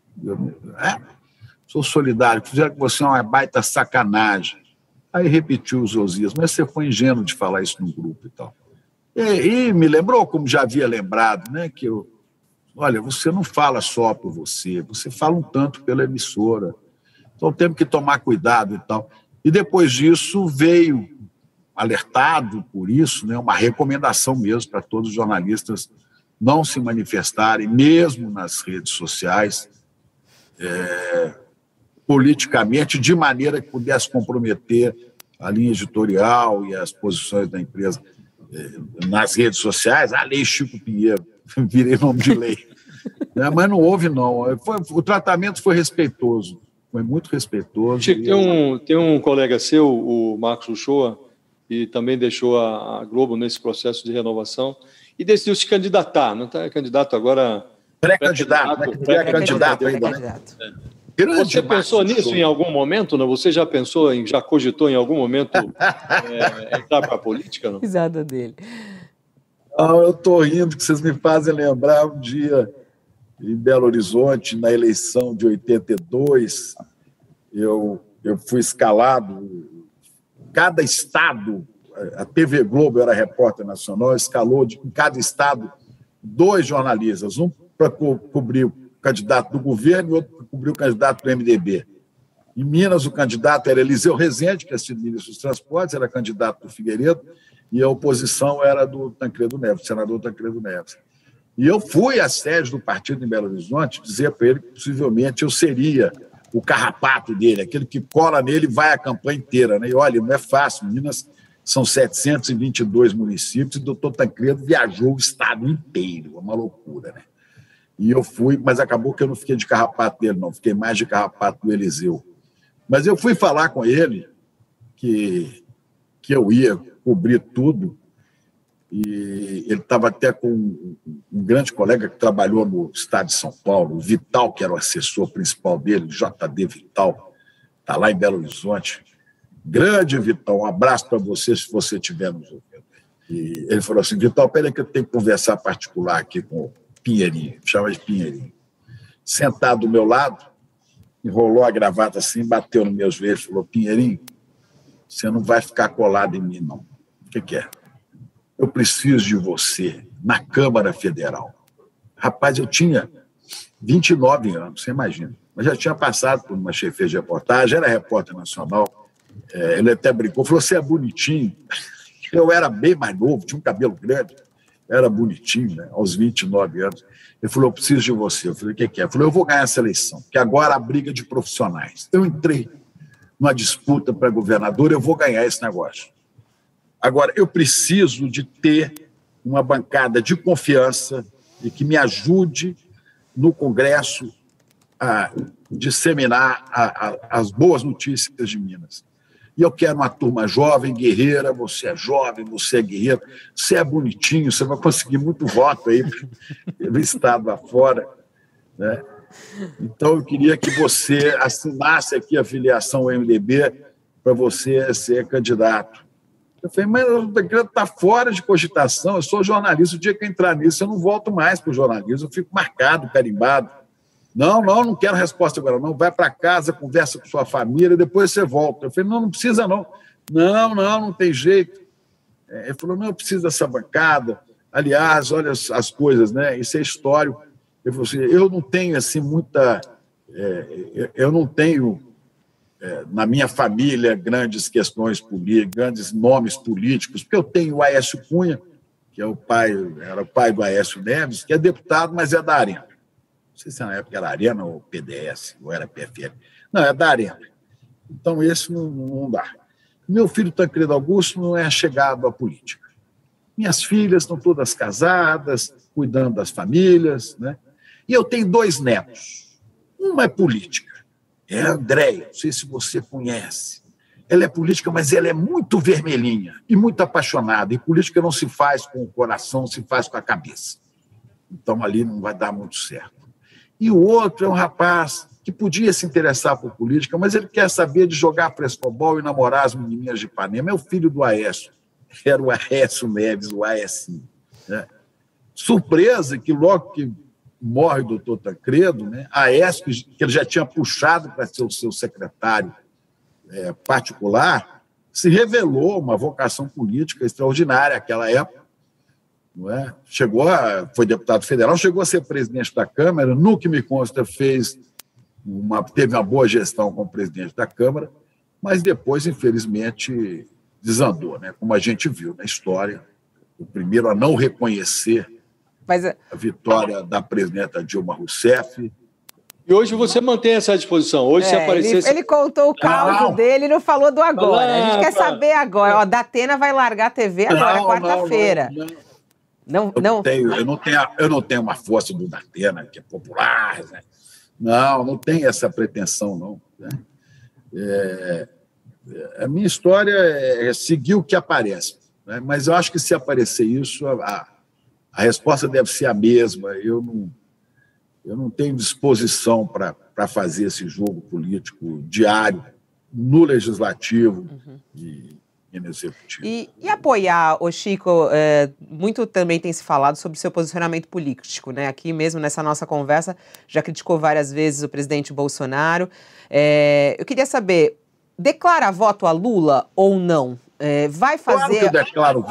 Sou solidário, fizeram com você uma baita sacanagem. Aí repetiu os Osias, mas você foi ingênuo de falar isso no grupo e tal. E me lembrou, como já havia lembrado, né, que olha, você não fala só por você fala um tanto pela emissora. Então temos que tomar cuidado e tal. E depois disso veio, alertado por isso, né, uma recomendação mesmo para todos os jornalistas não se manifestarem, mesmo nas redes sociais, politicamente, de maneira que pudesse comprometer a linha editorial e as posições da empresa nas redes sociais. A lei Chico Pinheiro, virei nome de lei. Mas não houve, não. O tratamento foi respeitoso, foi muito respeitoso. Chico, tem um colega seu, o Marcos Uchoa, que também deixou a Globo nesse processo de renovação e decidiu se candidatar. Não está candidato agora... Pré-candidato, né? Pré-candidato ainda. Você pensou nisso em algum momento? Não? Você já pensou, já cogitou em algum momento entrar para a política? Não? Risada dele. Eu estou rindo que vocês me fazem lembrar um dia em Belo Horizonte, na eleição de 82, eu fui escalado. Cada estado, a TV Globo era repórter nacional, escalou em cada estado 2 jornalistas, um para cobrir o candidato do governo e outro para cobrir o candidato do MDB. Em Minas, o candidato era Eliseu Rezende, que é sido ministro dos Transportes, era candidato do Figueiredo, e a oposição era do Tancredo Neves, senador Tancredo Neves. E eu fui à sede do partido em Belo Horizonte dizer para ele que possivelmente eu seria o carrapato dele, aquele que cola nele e vai a campanha inteira. Né? E olha, não é fácil, Minas são 722 municípios e o doutor Tancredo viajou o estado inteiro, uma loucura, né? E eu fui, mas acabou que eu não fiquei de carrapato dele, não, fiquei mais de carrapato do Eliseu. Mas eu fui falar com ele que eu ia cobrir tudo, e ele estava até com um grande colega que trabalhou no estado de São Paulo, o Vital, que era o assessor principal dele, JD Vital, está lá em Belo Horizonte. Grande Vital, um abraço para você, se você estiver nos ouvindo. E ele falou assim: Vital, peraí que eu tenho que conversar particular aqui com o Pinheirinho, chama de Pinheirinho. Sentado do meu lado, enrolou a gravata assim, bateu no meu joelho e falou: Pinheirinho, você não vai ficar colado em mim, não. O que é? Eu preciso de você na Câmara Federal. Rapaz, eu tinha 29 anos, você imagina. Mas já tinha passado por uma chefia de reportagem, era repórter nacional. Ele até brincou, falou: você é bonitinho. Eu era bem mais novo, tinha um cabelo grande, era bonitinho, né, aos 29 anos. Ele falou: eu preciso de você. Eu falei: o que é? Ele falou: eu vou ganhar essa eleição, porque agora a briga de profissionais. Eu entrei numa disputa para governador, eu vou ganhar esse negócio. Agora, eu preciso de ter uma bancada de confiança e que me ajude no Congresso a disseminar as boas notícias de Minas. E eu quero uma turma jovem, guerreira. Você é jovem, você é guerreiro, você é bonitinho, você vai conseguir muito voto aí pelo estado afora, né? Então, eu queria que você assinasse aqui a filiação ao MDB para você ser candidato. Eu falei: mas o Tancredo está fora de cogitação, eu sou jornalista, o dia que eu entrar nisso, eu não volto mais para o jornalismo, eu fico marcado, carimbado. Não quero resposta agora, não. Vai para casa, conversa com sua família, depois você volta. Eu falei: não precisa, não. Não tem jeito. Ele falou: não, eu preciso dessa bancada. Aliás, olha as coisas, né? Isso é histórico. Ele falou assim: eu não tenho, assim, muita... eu não tenho, na minha família, grandes questões políticas, grandes nomes políticos, porque eu tenho o Aécio Cunha, que era o pai do Aécio Neves, que é deputado, mas é da Arena. Não sei se na época era Arena ou PDS, ou era PFL. Não, é da Arena. Então, esse não dá. Meu filho Tancredo Augusto não é chegado à política. Minhas filhas estão todas casadas, cuidando das famílias, né? E eu tenho 2 netos. Uma é política, é a Andréia, não sei se você conhece. Ela é política, mas ela é muito vermelhinha e muito apaixonada. E política não se faz com o coração, se faz com a cabeça. Então, ali não vai dar muito certo. E o outro é um rapaz que podia se interessar por política, mas ele quer saber de jogar frescobol e namorar as menininhas de Ipanema. É o filho do Aécio. Era o Aécio Neves, o Aécio, né? Surpresa que logo que morre o doutor Tancredo, né, Aécio, que ele já tinha puxado para ser o seu secretário particular, se revelou uma vocação política extraordinária naquela época. Não é? Foi deputado federal, chegou a ser presidente da Câmara, no que me consta teve uma boa gestão como presidente da Câmara, mas depois, infelizmente, desandou, né? Como a gente viu na história, o primeiro a não reconhecer a vitória da presidenta Dilma Rousseff E hoje você mantém essa disposição. Hoje, se aparecesse... Ele contou o caos dele e não falou do agora. A gente quer saber agora. Ó, Datena vai largar a TV agora, quarta-feira. Eu não tenho uma força do Datena, que é popular. Né? Não tem essa pretensão, não. Né? A minha história é seguir o que aparece. Né? Mas eu acho que se aparecer isso, a resposta deve ser a mesma. Eu não tenho disposição para fazer esse jogo político diário no legislativo e no executivo. E apoiar, Chico, muito também tem se falado sobre o seu posicionamento político, né? Aqui mesmo nessa nossa conversa, já criticou várias vezes o presidente Bolsonaro. Eu queria saber, declara voto a Lula ou não? Vai fazer... Claro que eu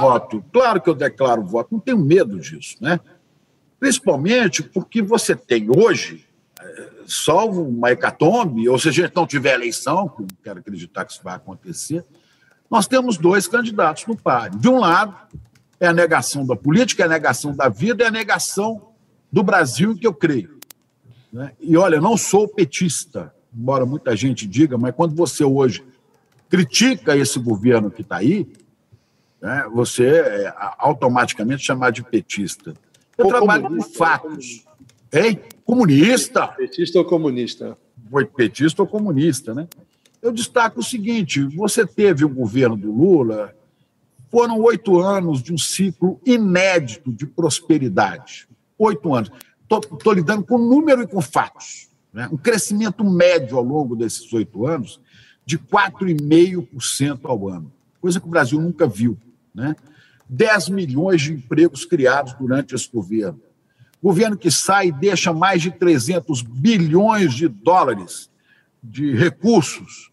declaro voto, não tenho medo disso, né? Principalmente porque você tem hoje, salvo uma hecatombe, ou se a gente não tiver eleição, que eu não quero acreditar que isso vai acontecer, nós temos 2 candidatos no páreo. De um lado, é a negação da política, é a negação da vida, é a negação do Brasil, que eu creio. Né? E, olha, eu não sou petista, embora muita gente diga, mas quando você hoje critica esse governo que está aí, né, você é automaticamente chamado de petista. Eu trabalho com fatos. Hein? Comunista. Petista ou comunista? Petista ou comunista, né? Eu destaco o seguinte, você teve o governo do Lula, foram 8 anos de um ciclo inédito de prosperidade. 8 anos. Estou lidando com número e com fatos. Né? Um crescimento médio ao longo desses 8 anos de 4,5% ao ano, coisa que o Brasil nunca viu. Né? 10 milhões de empregos criados durante esse governo. Governo que sai e deixa mais de 300 bilhões de dólares de recursos.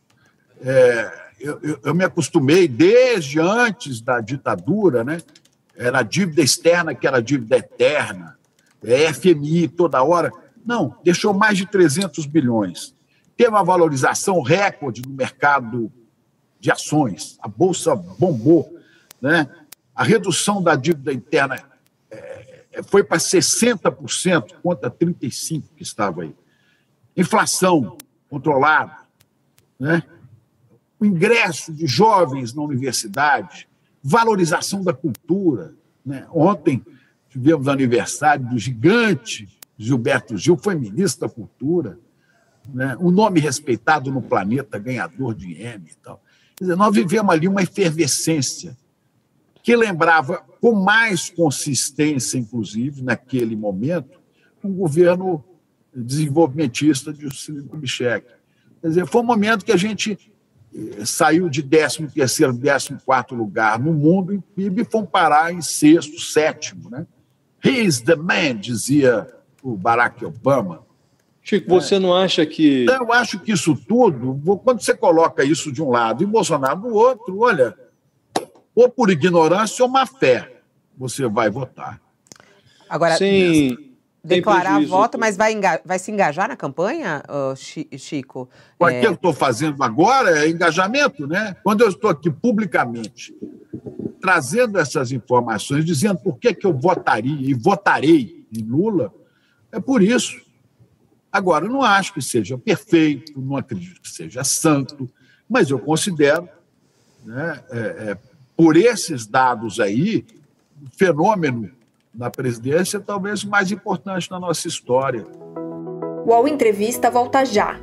Eu me acostumei desde antes da ditadura, né? Era a dívida externa que era a dívida eterna, FMI toda hora. Não, deixou mais de 300 bilhões. Teve uma valorização recorde no mercado de ações, a Bolsa bombou, né? A redução da dívida interna foi para 60%, contra 35% que estava aí. Inflação controlada, né? O ingresso de jovens na universidade, valorização da cultura. Né? Ontem tivemos o aniversário do gigante Gilberto Gil, foi ministro da Cultura, né? Um nome respeitado no planeta, ganhador de Emmy e tal. Quer dizer, nós vivemos ali uma efervescência que lembrava com mais consistência, inclusive, naquele momento, um governo desenvolvimentista de Juscelino Kubitschek. Quer dizer, foi um momento que a gente saiu de 13º, 14º lugar no mundo em PIB e fomos parar em 6º, 7º. Né? He's the man, dizia o Barack Obama. Chico, você não acha que... Eu acho que isso tudo, quando você coloca isso de um lado e Bolsonaro do outro, olha, ou por ignorância ou má fé, você vai votar. Agora, sim, declarar voto, mas vai se engajar na campanha, Chico? O que eu estou fazendo agora é engajamento, né? Quando eu estou aqui publicamente trazendo essas informações, dizendo por que eu votaria e votarei em Lula, é por isso. Agora, eu não acho que seja perfeito, não acredito que seja santo, mas eu considero, né, por esses dados aí, o fenômeno da presidência talvez o mais importante na nossa história. O UOL Entrevista volta já.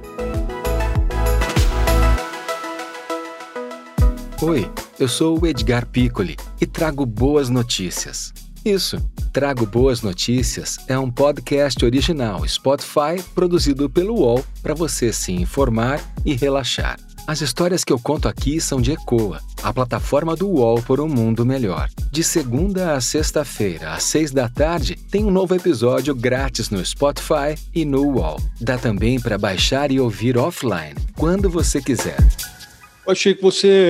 Oi, eu sou o Edgar Piccoli e trago boas notícias. Isso, Trago Boas Notícias é um podcast original Spotify produzido pelo UOL para você se informar e relaxar. As histórias que eu conto aqui são de Ecoa, a plataforma do UOL por um mundo melhor. De segunda a sexta-feira, às 18h, tem um novo episódio grátis no Spotify e no UOL. Dá também para baixar e ouvir offline, quando você quiser. Ô Chico,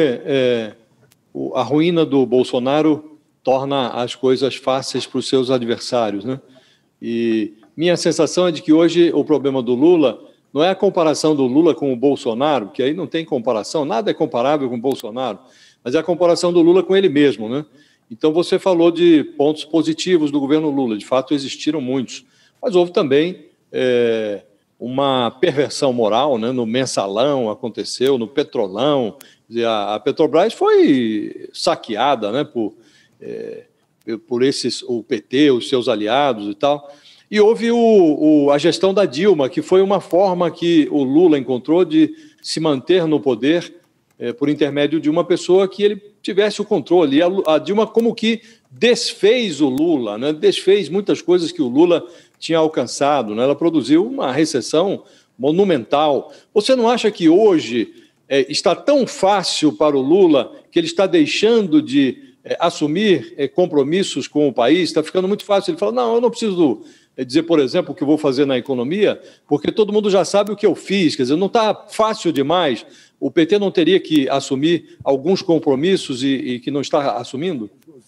a ruína do Bolsonaro torna as coisas fáceis para os seus adversários, né? E minha sensação é de que hoje o problema do Lula não é a comparação do Lula com o Bolsonaro, que aí não tem comparação, nada é comparável com o Bolsonaro, mas é a comparação do Lula com ele mesmo, né? Então você falou de pontos positivos do governo Lula, de fato existiram muitos, mas houve também uma perversão moral, né? No Mensalão aconteceu, no Petrolão. Quer dizer, a Petrobras foi saqueada, né? Por o PT, os seus aliados e tal. E houve a gestão da Dilma, que foi uma forma que o Lula encontrou de se manter no poder por intermédio de uma pessoa que ele tivesse o controle. E a Dilma como que desfez o Lula, né? Desfez muitas coisas que o Lula tinha alcançado, né? Ela produziu uma recessão monumental. Você não acha que hoje está tão fácil para o Lula que ele está deixando de assumir compromissos com o país? Está ficando muito fácil. Ele fala, não, eu não preciso dizer, por exemplo, o que eu vou fazer na economia, porque todo mundo já sabe o que eu fiz. Quer dizer, não está fácil demais? O PT não teria que assumir alguns compromissos e que não está assumindo?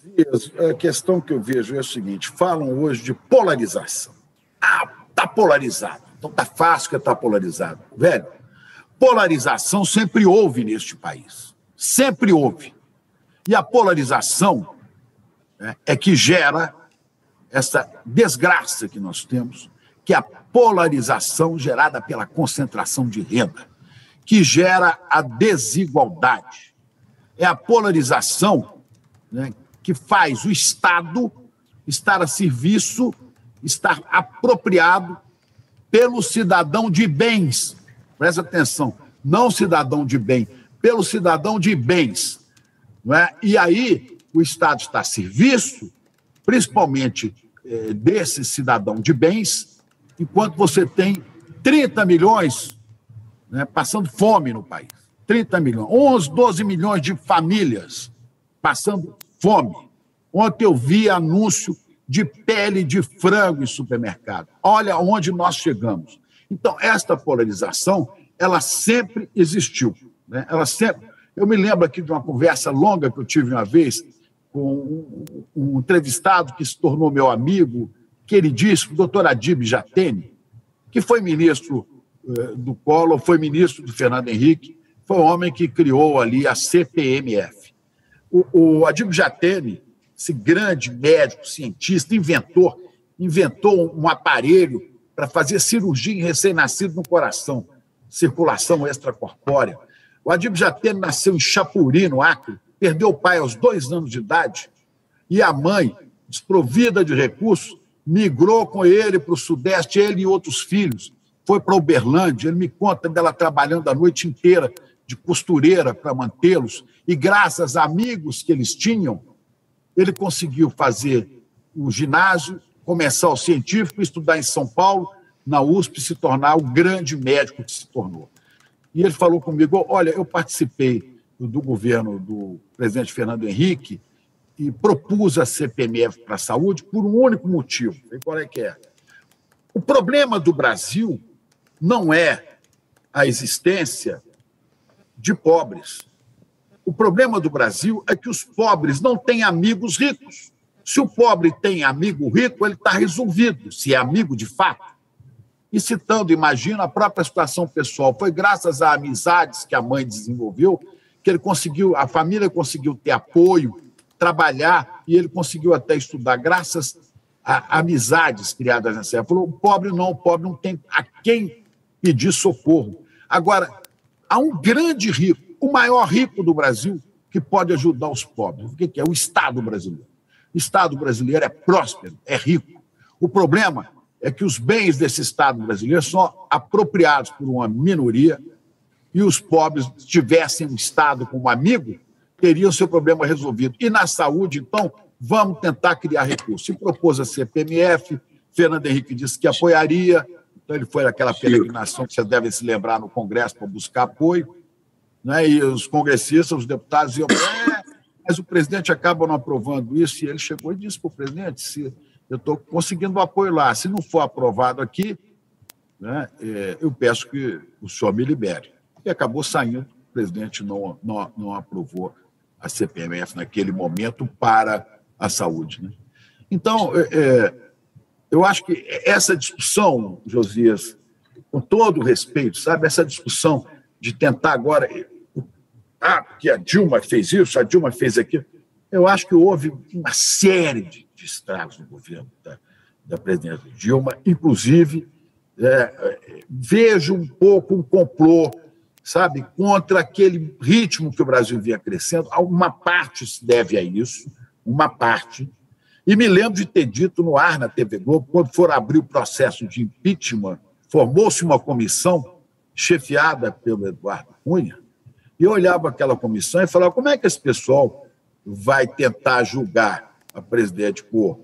A questão que eu vejo é o seguinte, falam hoje de polarização. Está polarizado. Então está fácil que está polarizado. Velho, polarização sempre houve neste país. Sempre houve. E a polarização, né, é que gera essa desgraça que nós temos, que é a polarização gerada pela concentração de renda, que gera a desigualdade. É a polarização, né, que faz o Estado estar a serviço, estar apropriado pelo cidadão de bens. Presta atenção, não cidadão de bem, pelo cidadão de bens. Não é? E aí o Estado está a serviço, principalmente desse cidadão de bens, enquanto você tem 30 milhões, né, passando fome no país. 30 milhões, 11, 12 milhões de famílias passando fome. Ontem eu vi anúncio de pele de frango em supermercado. Olha onde nós chegamos. Então, esta polarização, ela sempre existiu, né? Ela sempre... Eu me lembro aqui de uma conversa longa que eu tive uma vez com um entrevistado que se tornou meu amigo, queridíssimo, doutor Adib Jatene, que foi ministro do Collor, foi ministro do Fernando Henrique, foi o homem que criou ali a CPMF. O Adib Jatene, esse grande médico, cientista, inventou um aparelho para fazer cirurgia em recém-nascido no coração, circulação extracorpórea. O Adib Jatene nasceu em Chapuri, no Acre, perdeu o pai aos 2 anos de idade e a mãe, desprovida de recursos, migrou com ele para o Sudeste, ele e outros filhos. Foi para Uberlândia, ele me conta dela trabalhando a noite inteira de costureira para mantê-los e graças a amigos que eles tinham, ele conseguiu fazer o ginásio, começar o científico, estudar em São Paulo, na USP, se tornar o grande médico que se tornou. E ele falou comigo, olha, eu participei do governo do presidente Fernando Henrique e propus a CPMF para a saúde por um único motivo. E qual é que é? O problema do Brasil não é a existência de pobres. O problema do Brasil é que os pobres não têm amigos ricos. Se o pobre tem amigo rico, ele está resolvido, se é amigo de fato. E citando, imagina, a própria situação pessoal, foi graças a amizades que a mãe desenvolveu que ele conseguiu, a família conseguiu ter apoio, trabalhar, e ele conseguiu até estudar, graças a amizades criadas nessa época. Falou, o pobre não tem a quem pedir socorro. Agora, há um grande rico, o maior rico do Brasil, que pode ajudar os pobres. O que é? O Estado brasileiro. O Estado brasileiro é próspero, é rico. O problema é que os bens desse Estado brasileiro são apropriados por uma minoria e os pobres, se tivessem um Estado como amigo, teriam seu problema resolvido. E na saúde, então, vamos tentar criar recursos. Se propôs a CPMF, Fernando Henrique disse que apoiaria, então ele foi naquela peregrinação que vocês devem se lembrar no Congresso para buscar apoio, né? E os congressistas, os deputados iam, mas o presidente acaba não aprovando isso, e ele chegou e disse para o presidente, se eu estou conseguindo apoio lá, se não for aprovado aqui, né, eu peço que o senhor me libere. E acabou saindo, o presidente não aprovou a CPMF naquele momento para a saúde, né? Então, eu acho que essa discussão, Josias, com todo o respeito, sabe, essa discussão de tentar agora, que a Dilma fez isso, a Dilma fez aquilo, eu acho que houve uma série de estragos no governo da presidente Dilma, inclusive vejo um pouco um complô, sabe, contra aquele ritmo que o Brasil vinha crescendo. Uma parte se deve a isso, uma parte. E me lembro de ter dito no ar, na TV Globo, quando for abrir o processo de impeachment, formou-se uma comissão chefiada pelo Eduardo Cunha, e eu olhava aquela comissão e falava, como é que esse pessoal vai tentar julgar a presidente por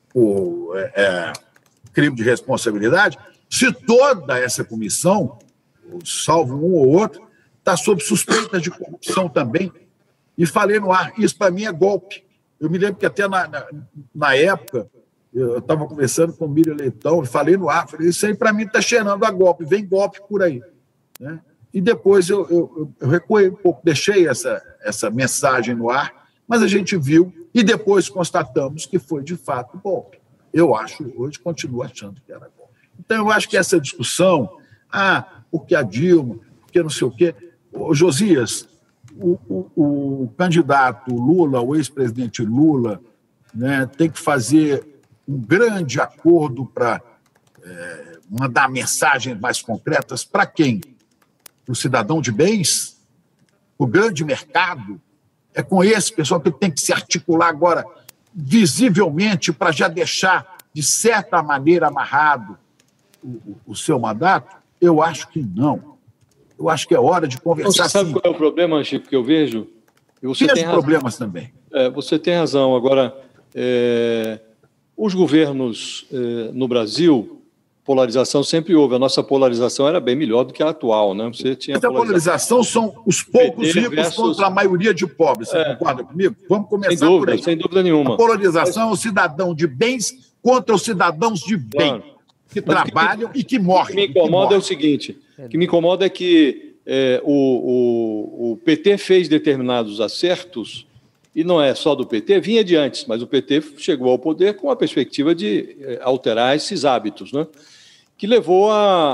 crime de responsabilidade, se toda essa comissão, salvo um ou outro, está sob suspeita de corrupção também? E falei no ar, isso para mim é golpe. Eu me lembro que até na época, eu estava conversando com o Miriam Leitão, e falei no ar, falei, isso aí para mim está cheirando a golpe, vem golpe por aí. Né? E depois eu recuei um pouco, deixei essa mensagem no ar, mas a gente viu e depois constatamos que foi de fato golpe. Eu acho, hoje continuo achando que era golpe. Então eu acho que essa discussão, porque a Dilma, porque não sei o quê, Josias, o candidato Lula, o ex-presidente Lula, né, tem que fazer um grande acordo para mandar mensagens mais concretas para quem? Para o cidadão de bens? O grande mercado? É com esse pessoal que tem que se articular agora visivelmente para já deixar, de certa maneira, amarrado o seu mandato? Eu acho que não. Eu acho que é hora de conversar. Você sabe qual é o problema, Chico, que eu vejo? E você tem problemas também. Você tem razão. Agora, os governos no Brasil, polarização sempre houve. A nossa polarização era bem melhor do que a atual, né? Você tinha a polarização são os poucos ricos contra a maioria de pobres. Você concorda comigo? Vamos começar por aí. Sem dúvida nenhuma. A polarização é o cidadão de bens contra os cidadãos de bem, que trabalham e que morrem. O que me incomoda é o seguinte, o que me incomoda é que o PT fez determinados acertos, e não é só do PT, vinha de antes, mas o PT chegou ao poder com a perspectiva de alterar esses hábitos, né? Que levou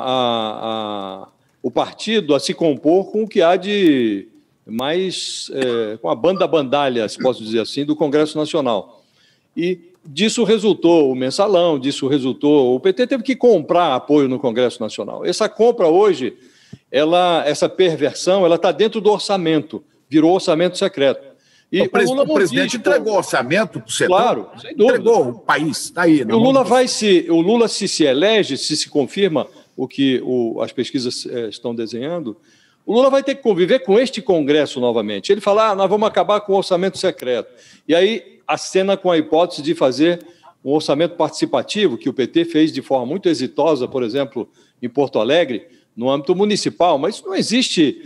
o partido a se compor com o que há de mais, com a bandalha, se posso dizer assim, do Congresso Nacional. E disso resultou o mensalão, disso resultou... O PT teve que comprar apoio no Congresso Nacional. Essa compra hoje, essa perversão, ela está dentro do orçamento, virou orçamento secreto. E o presidente entregou o orçamento para o setor. Claro, sem dúvida. Entregou o país, está aí. O Lula se elege, se confirma o que as pesquisas estão desenhando, o Lula vai ter que conviver com este Congresso novamente. Ele fala, nós vamos acabar com o orçamento secreto. E aí acena com a hipótese de fazer um orçamento participativo, que o PT fez de forma muito exitosa, por exemplo, em Porto Alegre, no âmbito municipal, mas isso não existe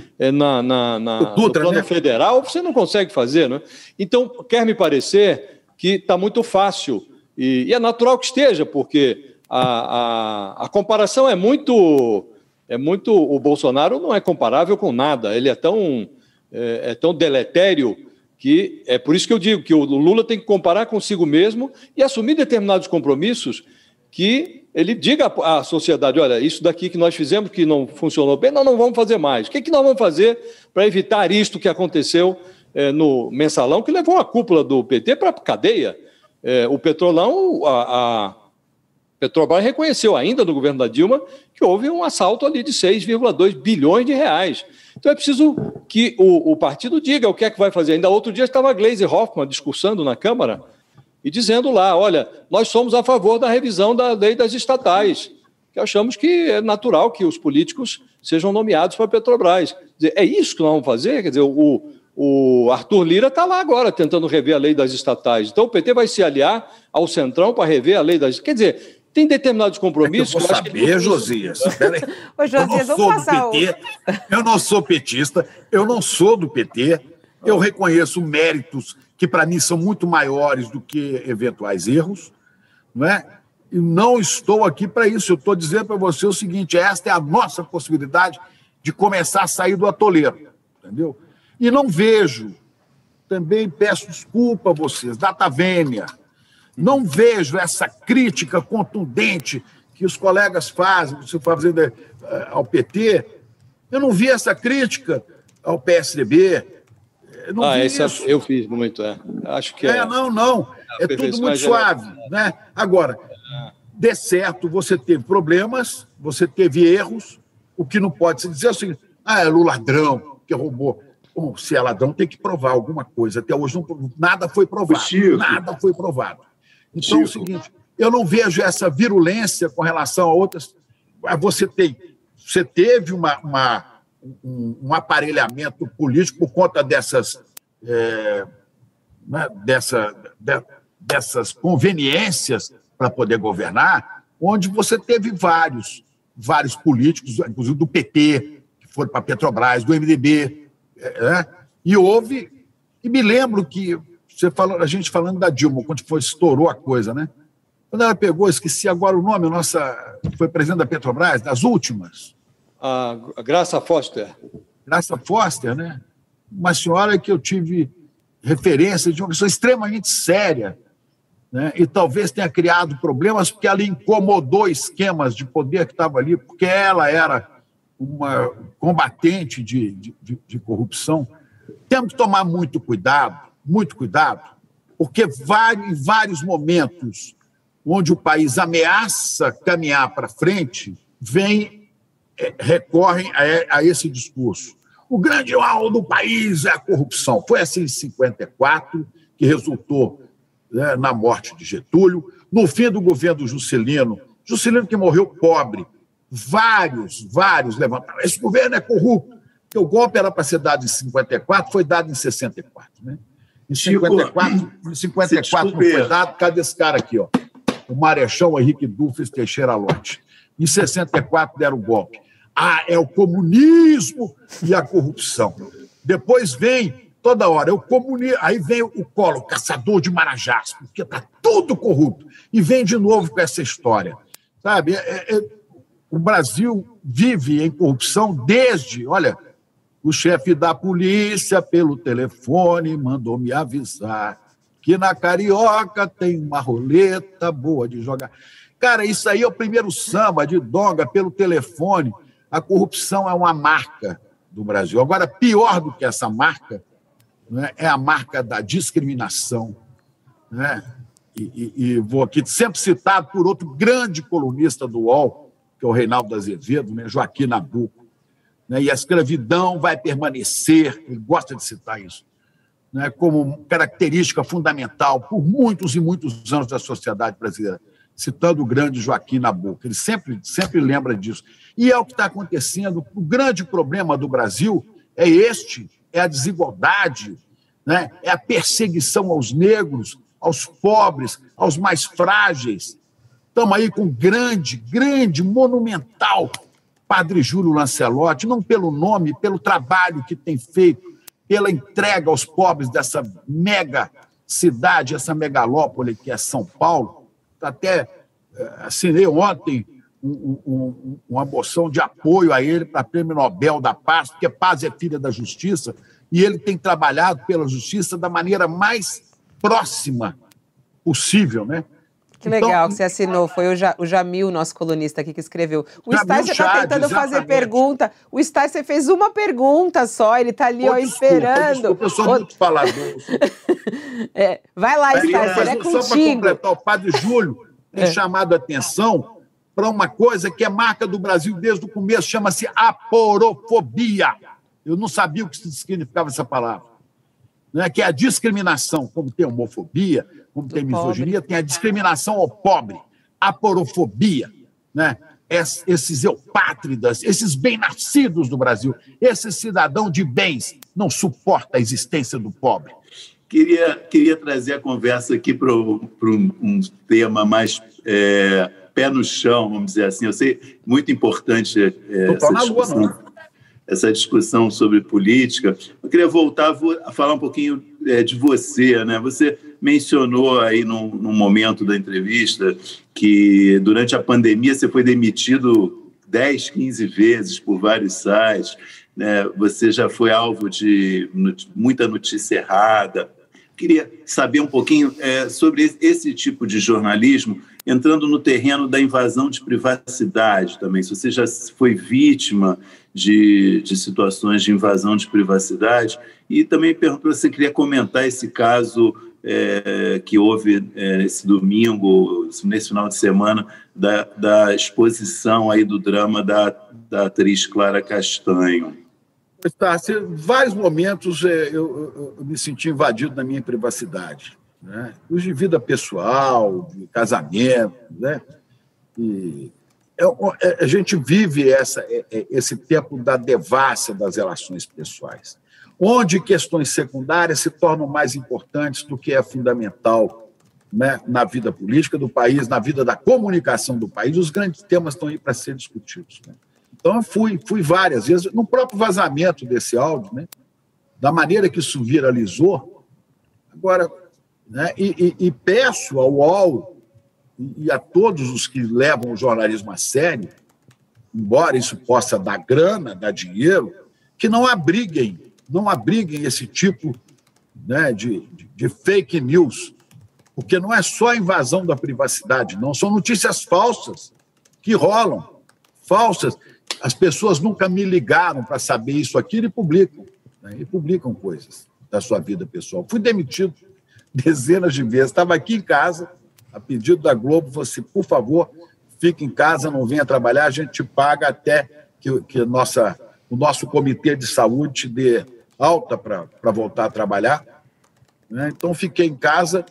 no plano federal, você não consegue fazer, né? Então, quer me parecer que está muito fácil, e é natural que esteja, porque a comparação é muito... O Bolsonaro não é comparável com nada, ele é tão deletério que é por isso que eu digo que o Lula tem que comparar consigo mesmo e assumir determinados compromissos que ele diga à sociedade, olha, isso daqui que nós fizemos que não funcionou bem, nós não vamos fazer mais. O que nós vamos fazer para evitar isto que aconteceu no mensalão, que levou a cúpula do PT para a cadeia? O Petrolão, a Petrobras reconheceu ainda no governo da Dilma que houve um assalto ali de 6,2 bilhões de reais. Então é preciso que o partido diga o que é que vai fazer. Ainda outro dia estava a Gleisi Hoffmann discursando na Câmara e dizendo lá, olha, nós somos a favor da revisão da lei das estatais, que achamos que é natural que os políticos sejam nomeados para a Petrobras. Quer dizer, é isso que nós vamos fazer? Quer dizer, o Arthur Lira está lá agora tentando rever a lei das estatais. Então o PT vai se aliar ao Centrão para rever a lei das... Quer dizer, tem determinados compromissos... Eu vou saber, Josias. Ô, Josias, eu não sou do PT, eu não sou petista, eu não sou do PT, eu reconheço méritos que para mim são muito maiores do que eventuais erros, não é? E não estou aqui para isso, eu estou dizendo para você o seguinte, esta é a nossa possibilidade de começar a sair do atoleiro, entendeu? E não vejo, também peço desculpa a vocês, data vênia, não vejo essa crítica contundente que os colegas fazem, você fazendo ao PT, eu não vi essa crítica ao PSDB, eu fiz muito, Acho que não. É tudo muito suave, né? Agora, dê certo, você teve problemas, você teve erros, o que não pode se dizer é o seguinte, é Lula ladrão, que roubou. Bom, se é ladrão, tem que provar alguma coisa. Até hoje nada foi provado. Nada foi provado. Então, é o seguinte, eu não vejo essa virulência com relação a outras. Você teve um aparelhamento político por conta dessas conveniências para poder governar, onde você teve vários políticos, inclusive do PT, que foram para a Petrobras, do MDB, e me lembro que a gente falando da Dilma, quando estourou a coisa, né? Quando ela pegou, esqueci agora o nome, foi presidente da Petrobras, das últimas. A Graça Foster. Graça Foster, né? Uma senhora que eu tive referência de uma pessoa extremamente séria, né? E talvez tenha criado problemas porque ela incomodou esquemas de poder que estavam ali, porque ela era uma combatente de corrupção. Temos que tomar muito cuidado, porque em vários momentos onde o país ameaça caminhar para frente, recorrem a esse discurso. O grande mal do país é a corrupção. Foi assim em 54, que resultou, né, na morte de Getúlio, no fim do governo Juscelino que morreu pobre. Vários levantaram. Esse governo é corrupto. Porque o golpe era para ser dado em 54, foi dado em 64. Né? Em 54 não foi dado. Cadê esse cara aqui? Ó? O Marechal Henrique Dufres Teixeira Lott. Em 64 deram o golpe. É o comunismo e a corrupção. Depois vem, toda hora, o comunismo. Aí vem o Collor, caçador de marajás, porque está tudo corrupto. E vem de novo com essa história. Sabe? O Brasil vive em corrupção desde... Olha, o chefe da polícia, pelo telefone, mandou me avisar que na Carioca tem uma roleta boa de jogar. Cara, isso aí é o primeiro samba de donga pelo telefone. A corrupção é uma marca do Brasil. Agora, pior do que essa marca, né, é a marca da discriminação. Né? E vou aqui, sempre citado por outro grande colunista do UOL, que é o Reinaldo Azevedo, né, Joaquim Nabuco. Né, e a escravidão vai permanecer, ele gosta de citar isso, né, como característica fundamental por muitos e muitos anos da sociedade brasileira, citando o grande Joaquim Nabuco. Ele sempre lembra disso. E é o que está acontecendo. O grande problema do Brasil é a desigualdade, né, é a perseguição aos negros, aos pobres, aos mais frágeis. Estamos aí com um grande, monumental Padre Júlio Lancelotti, não pelo nome, pelo trabalho que tem feito, pela entrega aos pobres dessa mega cidade, essa megalópole que é São Paulo. Até assinei ontem uma moção de apoio a ele para Prêmio Nobel da Paz, porque paz é filha da justiça, e ele tem trabalhado pela justiça da maneira mais próxima possível, né? Que legal que você assinou. Foi o Jamil, nosso colunista aqui, que escreveu. O Sticer está tentando fazer pergunta. O Sticer fez uma pergunta só, ele está ali esperando. Desculpa, eu sou muito falador. Vai lá, Sticer, é contigo. Só para completar, o Padre Júlio tem chamado a atenção para uma coisa que é marca do Brasil desde o começo, chama-se aporofobia. Eu não sabia o que significava essa palavra. Né? Que é a discriminação, como tem homofobia, como tem misoginia, tem a discriminação ao pobre, a aporofobia, né? Esses eupátridas, esses bem-nascidos do Brasil, esse cidadão de bens não suporta a existência do pobre. Queria trazer a conversa aqui para um tema mais pé no chão, vamos dizer assim. Eu sei, muito importante essa discussão sobre política. Eu queria voltar a falar um pouquinho de você, né? Você mencionou aí num momento da entrevista que durante a pandemia você foi demitido 10, 15 vezes por vários sites, né? Você já foi alvo de muita notícia errada. Queria saber um pouquinho sobre esse tipo de jornalismo, entrando no terreno da invasão de privacidade também. Se você já foi vítima de situações de invasão de privacidade, e também perguntou se você queria comentar esse caso que houve esse domingo, nesse final de semana, da exposição aí do drama da atriz Clara Castanho. Vários momentos eu me senti invadido na minha privacidade, né? Os de vida pessoal, de casamento, né? E a gente vive esse tempo da devassa das relações pessoais, onde questões secundárias se tornam mais importantes do que é fundamental, né, na vida política do país, na vida da comunicação do país. Os grandes temas estão aí para ser discutidos, né? Então, eu fui várias vezes, no próprio vazamento desse áudio, né, da maneira que isso viralizou. Agora, né, e peço ao UOL e a todos os que levam o jornalismo a sério, embora isso possa dar grana, dar dinheiro, que não abriguem esse tipo, né, de fake news, porque não é só a invasão da privacidade, não, são notícias falsas que rolam, falsas. As pessoas nunca me ligaram para saber isso, aquilo, e publicam, né, e publicam coisas da sua vida pessoal. Fui demitido dezenas de vezes, estava aqui em casa, a pedido da Globo, você, por favor, fique em casa, não venha trabalhar, a gente te paga até que o nosso comitê de saúde te dê alta para voltar a trabalhar, né? Então, fiquei em casa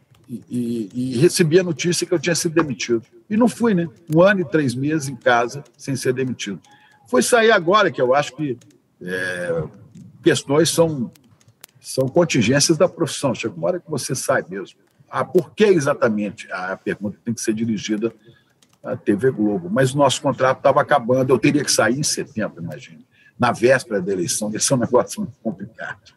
e recebi a notícia que eu tinha sido demitido. E não fui, né? 1 ano e 3 meses em casa, sem ser demitido. Foi sair agora, que eu acho que questões são contingências da profissão. Chega uma hora que você sai mesmo. Por que exatamente? A pergunta tem que ser dirigida à TV Globo. Mas o nosso contrato estava acabando, eu teria que sair em setembro, imagina. Na véspera da eleição, esse é um negócio muito complicado.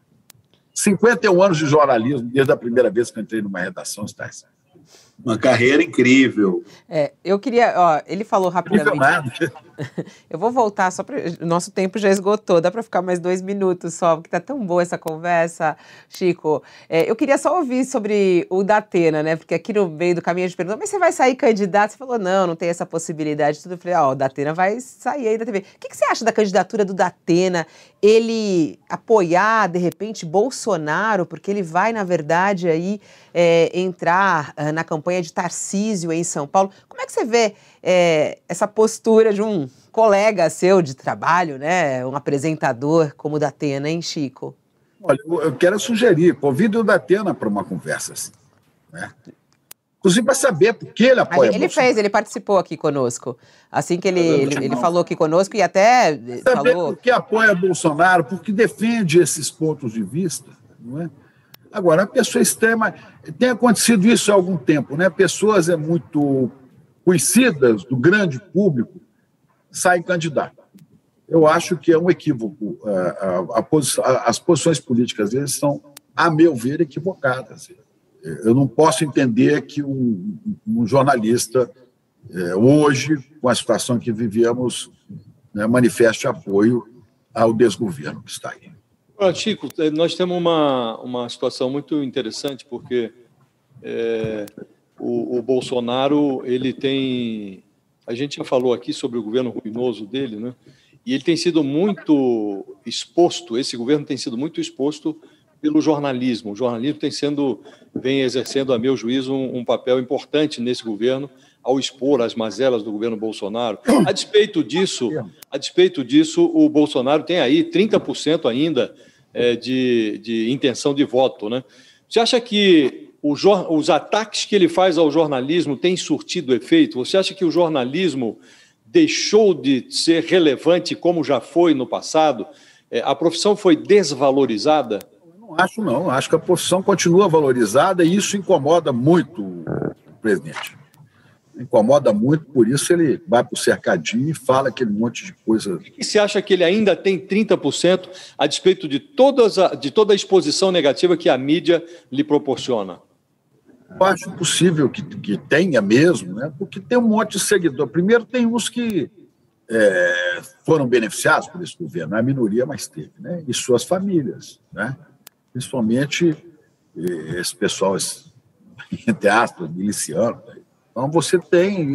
51 anos de jornalismo, desde a primeira vez que eu entrei numa redação, Estácio. Uma carreira incrível. Eu queria... ele falou rapidamente... Eu vou voltar, só para... O nosso tempo já esgotou, dá para ficar mais 2 minutos só, porque tá tão boa essa conversa, Chico. Eu queria só ouvir sobre o Datena, né? Porque aqui no meio do caminho a gente perguntou, mas você vai sair candidato? Você falou, não tem essa possibilidade. Tudo. Eu falei, o Datena vai sair aí da TV. O que você acha da candidatura do Datena? Ele apoiar, de repente, Bolsonaro, porque ele vai, na verdade, aí entrar na campanha de Tarcísio em São Paulo. Como é que você vê essa postura de um colega seu de trabalho, né, um apresentador como o Datena, hein, Chico? Olha, eu quero sugerir, convide o Datena para uma conversa assim, né? Inclusive para saber por que ele apoia Bolsonaro. Ele participou aqui conosco, assim que ele falou aqui conosco e até saber falou... por que apoia Bolsonaro, porque defende esses pontos de vista, não é? Agora, a pessoa extrema... Tem acontecido isso há algum tempo, né? Pessoas muito conhecidas do grande público saem candidatas. Eu acho que é um equívoco. As posições políticas às vezes são, a meu ver, equivocadas. Eu não posso entender que um jornalista, hoje, com a situação que vivemos, né, manifeste apoio ao desgoverno que está aí. Chico, nós temos uma situação muito interessante, porque o Bolsonaro, ele tem... A gente já falou aqui sobre o governo ruinoso dele, né? E ele tem sido muito exposto, esse governo tem sido muito exposto pelo jornalismo. O jornalismo vem exercendo, a meu juízo, um papel importante nesse governo, ao expor as mazelas do governo Bolsonaro. A despeito disso, o Bolsonaro tem aí 30% ainda de intenção de voto, né? Você acha que os ataques que ele faz ao jornalismo têm surtido efeito? Você acha que o jornalismo deixou de ser relevante como já foi no passado? A profissão foi desvalorizada? Não acho, não. Acho que a profissão continua valorizada e isso incomoda muito o presidente. Incomoda muito, por isso ele vai para o cercadinho e fala aquele monte de coisa. E você acha que ele ainda tem 30% a despeito de toda a exposição negativa que a mídia lhe proporciona? Eu acho possível que tenha mesmo, né? Porque tem um monte de seguidor. Primeiro, tem uns que foram beneficiados por esse governo, a minoria, mas teve, né? E suas famílias, né? Principalmente esse pessoal, entre aspas, miliciano. Então, você tem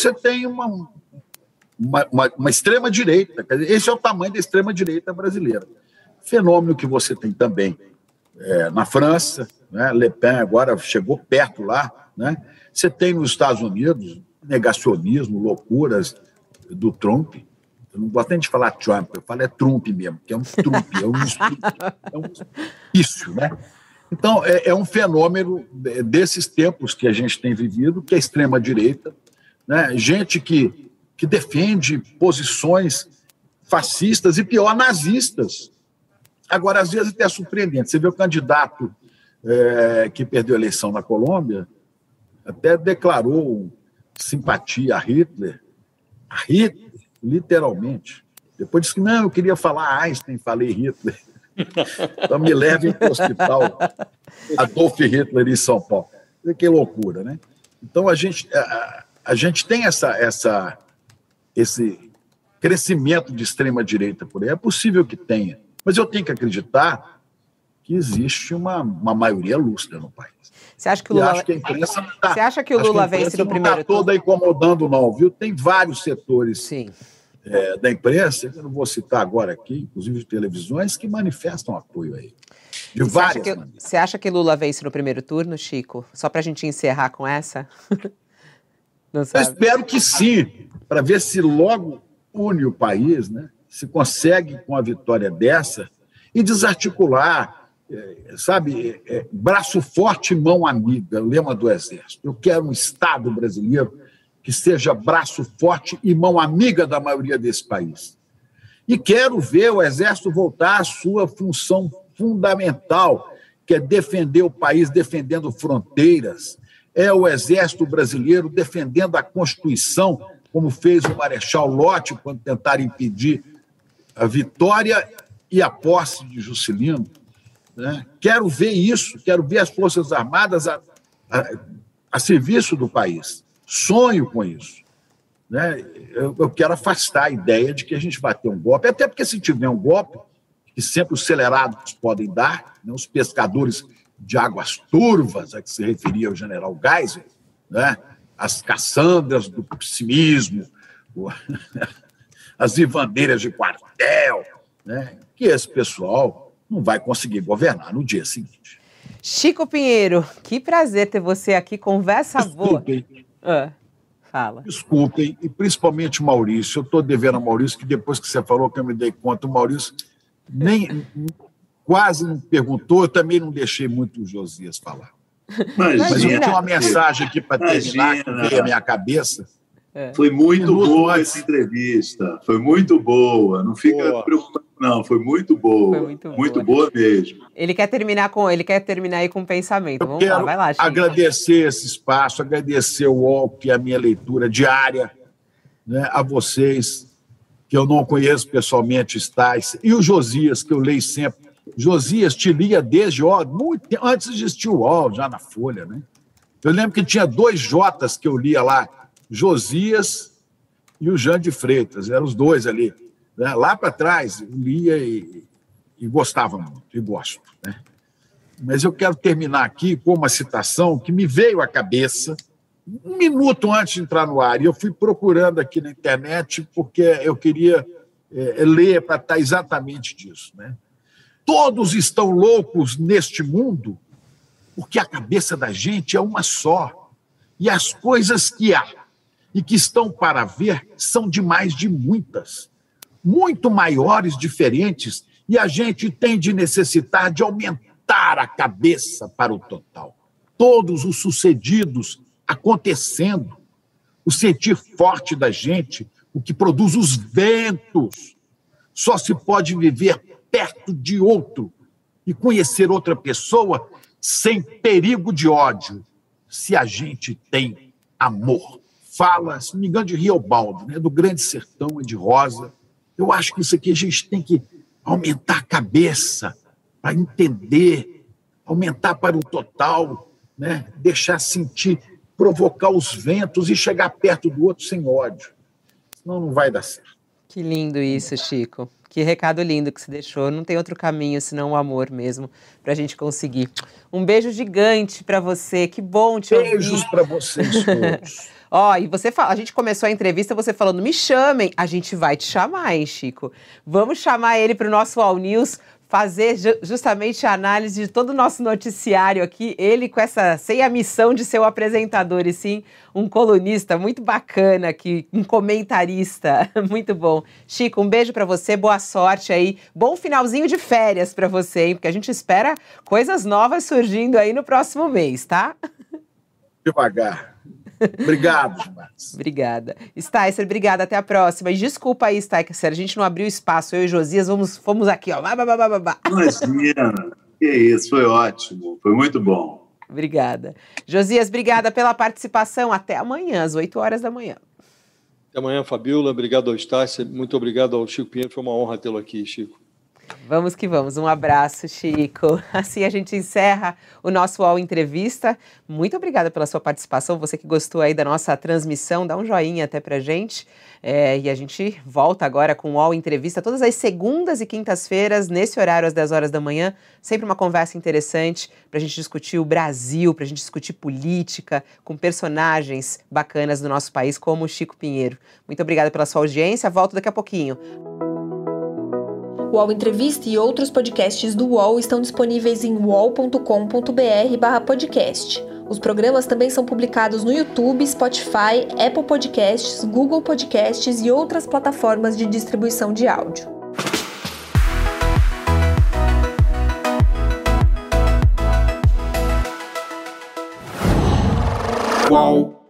uma extrema-direita. Esse é o tamanho da extrema-direita brasileira. Fenômeno que você tem também na França, né? Le Pen agora chegou perto lá, né? Você tem nos Estados Unidos negacionismo, loucuras do Trump. Eu não gosto nem de falar Trump, eu falo Trump mesmo, que é um Trump, é um hospício, né? Então, é um fenômeno desses tempos que a gente tem vivido, que é a extrema-direita, né? Gente que defende posições fascistas e, pior, nazistas. Agora, às vezes, até é surpreendente. Você vê o candidato que perdeu a eleição na Colômbia, até declarou simpatia a Hitler, literalmente. Depois disse que, não, eu queria falar Einstein, falei Hitler. Então me levem para o hospital Adolf Hitler em São Paulo. Que loucura, né? Então a gente tem esse crescimento de extrema-direita por aí. É possível que tenha, mas eu tenho que acreditar que existe uma maioria lúcida no país. Você acha que o Lula... acho que a imprensa não está... Você acha que o Lula vence no primeiro turno? Toda incomodando, não, viu? Tem vários setores Sim. Da imprensa, que eu não vou citar agora aqui, inclusive de televisões, que manifestam apoio aí. De várias maneiras. Você acha que Lula vence no primeiro turno, Chico? Só para a gente encerrar com essa? Não sabe? Eu espero que sim, para ver se logo une o país, né? Se consegue, com a vitória dessa, e desarticular, braço forte e mão amiga, o lema do Exército. Eu quero um Estado brasileiro que seja braço forte e mão amiga da maioria desse país. E quero ver o Exército voltar à sua função fundamental, que é defender o país, defendendo fronteiras. É o Exército brasileiro defendendo a Constituição, como fez o Marechal Lott quando tentaram impedir a vitória e a posse de Juscelino. Né? Quero ver isso, quero ver as Forças Armadas a serviço do país. Sonho com isso. Né? Eu quero afastar a ideia de que a gente vai ter um golpe, até porque se tiver um golpe, que sempre os acelerados podem dar, né? Os pescadores de águas turvas, a que se referia o general Geisel, né? As caçandras do pessimismo, as vivandeiras de quartel, né? Que esse pessoal não vai conseguir governar no dia seguinte. Chico Pinheiro, que prazer ter você aqui, conversa boa. Fala. Desculpem, e principalmente o Maurício. Eu estou devendo ao Maurício, que depois que você falou que eu me dei conta, o Maurício quase não perguntou, eu também não deixei muito o Josias falar. Mas eu tenho uma mensagem aqui para terminar, que veio à minha cabeça. Foi muito boa essa entrevista, foi muito boa, não fica preocupado não, foi muito boa, muito boa mesmo. Ele quer terminar aí com um pensamento, vamos lá, vai lá, Chico. Agradecer esse espaço, agradecer o UOL, que é a minha leitura diária, né, a vocês, que eu não conheço pessoalmente, Estácio, e o Josias, que eu leio sempre. Josias te lia desde muito antes de existir o UOL, já na Folha, né? Eu lembro que tinha 2 Jotas que eu lia lá, Josias e o Jean de Freitas, eram os 2 ali. Né? Lá para trás, eu lia e gostava muito, e gosto. Né? Mas eu quero terminar aqui com uma citação que me veio à cabeça 1 minuto antes de entrar no ar, e eu fui procurando aqui na internet porque eu queria ler para estar exatamente disso. Né? Todos estão loucos neste mundo porque a cabeça da gente é uma só, e as coisas que há e que estão para ver são demais de muitas, muito maiores, diferentes, e a gente tem de necessitar de aumentar a cabeça para o total. Todos os sucedidos acontecendo, o sentir forte da gente, o que produz os ventos. Só se pode viver perto de outro e conhecer outra pessoa sem perigo de ódio, se a gente tem amor. Fala, se não me engano, de Riobaldo, né, do Grande Sertão e de Rosa. Eu acho que isso aqui a gente tem que aumentar a cabeça para entender, aumentar para o total, né, deixar sentir, provocar os ventos e chegar perto do outro sem ódio. Senão não vai dar certo. Que lindo isso, Chico. Que recado lindo que você deixou. Não tem outro caminho senão o amor mesmo para a gente conseguir. Um beijo gigante para você. Que bom te ouvir. Beijos para vocês todos. E você fala, a gente começou a entrevista você falando, me chamem. A gente vai te chamar, hein, Chico? Vamos chamar ele para o nosso All News fazer justamente a análise de todo o nosso noticiário aqui, ele sem a missão de ser o apresentador, e sim um colunista muito bacana aqui, um comentarista, muito bom. Chico, um beijo para você, boa sorte aí, bom finalzinho de férias para você, hein? Porque a gente espera coisas novas surgindo aí no próximo mês, tá? Devagar. Obrigado, Marcos. Obrigada. Sticer, obrigada. Até a próxima. E desculpa aí, Sticer, a gente não abriu espaço. Eu e Josias fomos aqui, ó. Imagina. Que isso, foi ótimo. Foi muito bom. Obrigada. Josias, obrigada pela participação. Até amanhã, às 8 horas da manhã. Até amanhã, Fabiola. Obrigado ao Sticer. Muito obrigado ao Chico Pinheiro. Foi uma honra tê-lo aqui, Chico. Vamos que vamos. Um abraço, Chico. Assim a gente encerra o nosso UOL Entrevista. Muito obrigada pela sua participação. Você que gostou aí da nossa transmissão, dá um joinha até pra gente. E a gente volta agora com o UOL Entrevista todas as segundas e quintas-feiras, nesse horário, às 10 horas da manhã. Sempre uma conversa interessante pra gente discutir o Brasil, pra gente discutir política, com personagens bacanas do nosso país, como o Chico Pinheiro. Muito obrigada pela sua audiência. Volto daqui a pouquinho. O UOL Entrevista e outros podcasts do UOL estão disponíveis em uol.com.br/podcast. Os programas também são publicados no YouTube, Spotify, Apple Podcasts, Google Podcasts e outras plataformas de distribuição de áudio. UOL.